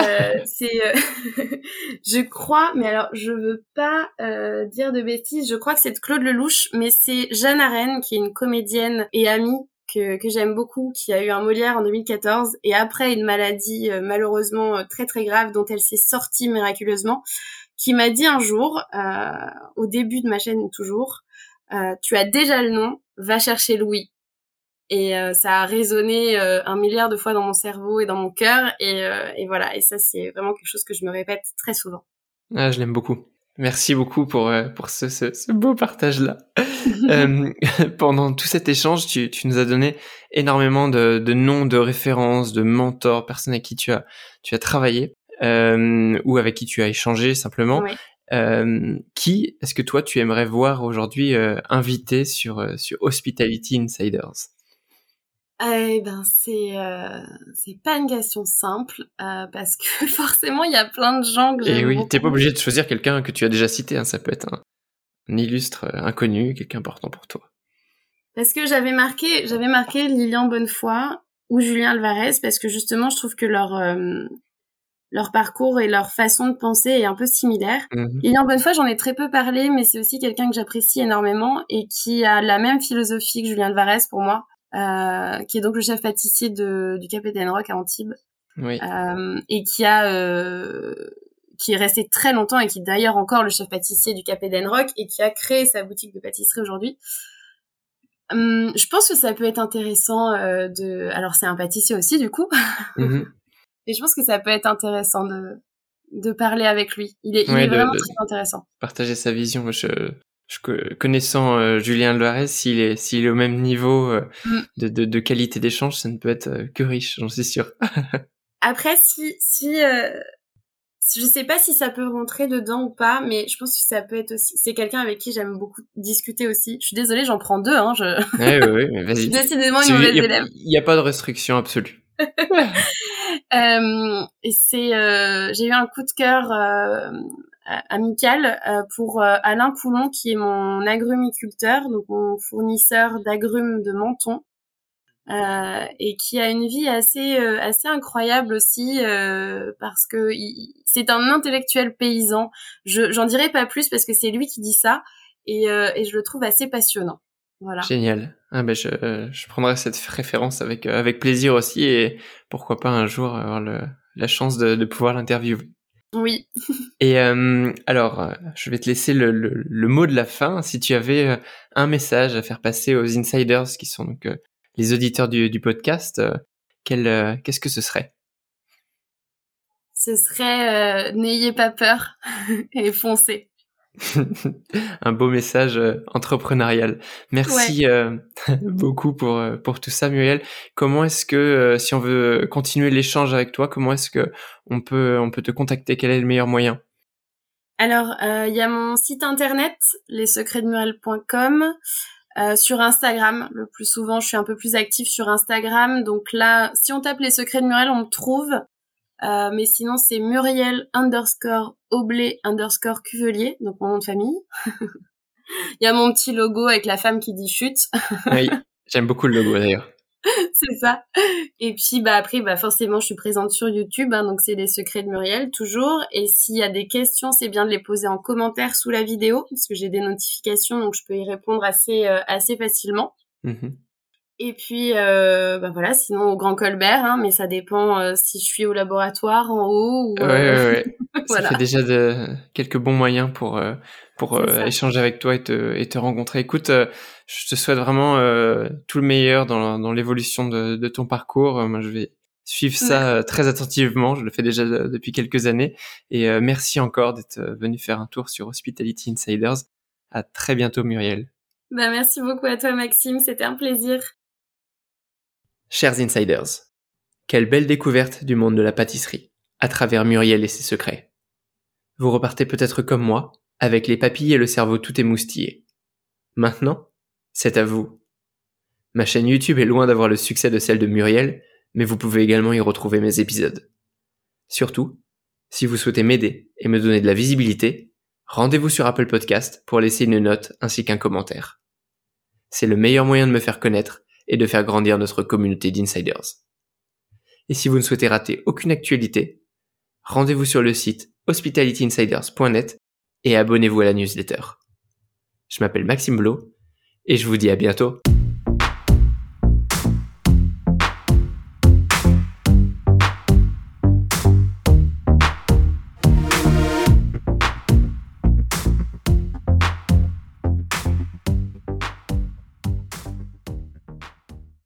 je crois, mais alors je veux pas dire de bêtises, je crois que c'est de Claude Lelouch, mais c'est Jeanne Arène, qui est une comédienne et amie que j'aime beaucoup, qui a eu un Molière en 2014, et après une maladie malheureusement très très grave dont elle s'est sortie miraculeusement, qui m'a dit un jour, au début de ma chaîne toujours, tu as déjà le nom, va chercher Louis. Et ça a résonné 1 milliard de fois dans mon cerveau et dans mon cœur. Et voilà. Et ça, c'est vraiment quelque chose que je me répète très souvent. Ah, je l'aime beaucoup. Merci beaucoup pour ce beau partage-là. Euh, Pendant tout cet échange, tu nous as donné énormément de noms, de références, de mentors, personnes avec qui tu as travaillé. ou avec qui tu as échangé simplement. Ouais. Qui est-ce que toi tu aimerais voir aujourd'hui invité sur Hospitality Insiders? Eh ben c'est pas une question simple parce que forcément il y a plein de gens que Et j'aime oui, beaucoup. t'es pas obligé de choisir quelqu'un que tu as déjà cité, hein, ça peut être un illustre inconnu, quelqu'un important pour toi. Parce que j'avais marqué Lilian Bonnefoy ou Julien Alvarez parce que justement je trouve que leur parcours et leur façon de penser est un peu similaire. Lilian Bonnefoy, j'en ai très peu parlé, mais c'est aussi quelqu'un que j'apprécie énormément et qui a la même philosophie que Julien Alvarez pour moi, qui est donc le chef pâtissier du Capitaine Rock à Antibes, Oui. et qui est resté très longtemps et qui est d'ailleurs encore le chef pâtissier du Capitaine Rock et qui a créé sa boutique de pâtisserie aujourd'hui. Je pense que ça peut être intéressant alors c'est un pâtissier aussi du coup. Et je pense que ça peut être intéressant de parler avec lui. Il est vraiment très intéressant. Partager sa vision. Connaissant Julien Alvarez, s'il est au même niveau de qualité d'échange, ça ne peut être que riche, j'en suis sûr. Après, je sais pas si ça peut rentrer dedans ou pas, mais je pense que ça peut être aussi. C'est quelqu'un avec qui j'aime beaucoup discuter aussi. Je suis désolée, j'en prends deux. Hein, Ouais, mais vas-y. Décidément une mauvaise élève. Il y a pas de restriction absolue. Et j'ai eu un coup de cœur amical pour Alain Poulon, qui est mon agrumiculteur, donc mon fournisseur d'agrumes de Menton. Et qui a une vie assez incroyable aussi parce que c'est un intellectuel paysan. J'en dirai pas plus parce que c'est lui qui dit ça et je le trouve assez passionnant. Voilà. Génial. Ah ben je prendrai cette référence avec plaisir aussi et pourquoi pas un jour avoir la chance de pouvoir l'interviewer. Oui. Et alors, je vais te laisser le mot de la fin. Si tu avais un message à faire passer aux insiders qui sont donc les auditeurs du podcast, qu'est-ce que ce serait? Ce serait n'ayez pas peur et foncez. Un beau message entrepreneurial. Merci beaucoup pour tout ça, Muriel. Comment est-ce que si on veut continuer l'échange avec toi, comment est-ce que on peut te contacter? Quel est le meilleur moyen? Alors, il y a mon site internet lessecretsdemuriel.com. Sur Instagram, le plus souvent, je suis un peu plus active sur Instagram. Donc là, si on tape les secrets de Muriel, on me trouve. Mais sinon, c'est Muriel_Oblé_Cuvelier, donc mon nom de famille. Il y a mon petit logo avec la femme qui dit chute. Oui, j'aime beaucoup le logo d'ailleurs. C'est ça. Et puis après forcément je suis présente sur YouTube, hein, donc c'est les secrets de Muriel toujours. Et s'il y a des questions, c'est bien de les poser en commentaire sous la vidéo parce que j'ai des notifications, donc je peux y répondre assez facilement. Et puis voilà, sinon au Grand Colbert, hein, mais ça dépend si je suis au laboratoire en haut ou ouais. Voilà. Ça fait déjà quelques bons moyens pour échanger avec toi et te rencontrer. Écoute, je te souhaite vraiment tout le meilleur dans l'évolution de ton parcours. Moi, je vais suivre ça très attentivement. Je le fais déjà depuis quelques années. Et merci encore d'être venu faire un tour sur Hospitality Insiders. À très bientôt, Muriel. Merci beaucoup à toi, Maxime. C'était un plaisir. Chers Insiders, quelle belle découverte du monde de la pâtisserie à travers Muriel et ses secrets. Vous repartez peut-être comme moi, avec les papilles et le cerveau tout émoustillé. Maintenant, c'est à vous. Ma chaîne YouTube est loin d'avoir le succès de celle de Muriel, mais vous pouvez également y retrouver mes épisodes. Surtout, si vous souhaitez m'aider et me donner de la visibilité, rendez-vous sur Apple Podcast pour laisser une note ainsi qu'un commentaire. C'est le meilleur moyen de me faire connaître et de faire grandir notre communauté d'insiders. Et si vous ne souhaitez rater aucune actualité, rendez-vous sur le site hospitalityinsiders.net et abonnez-vous à la newsletter. Je m'appelle Maxime Blo et je vous dis à bientôt.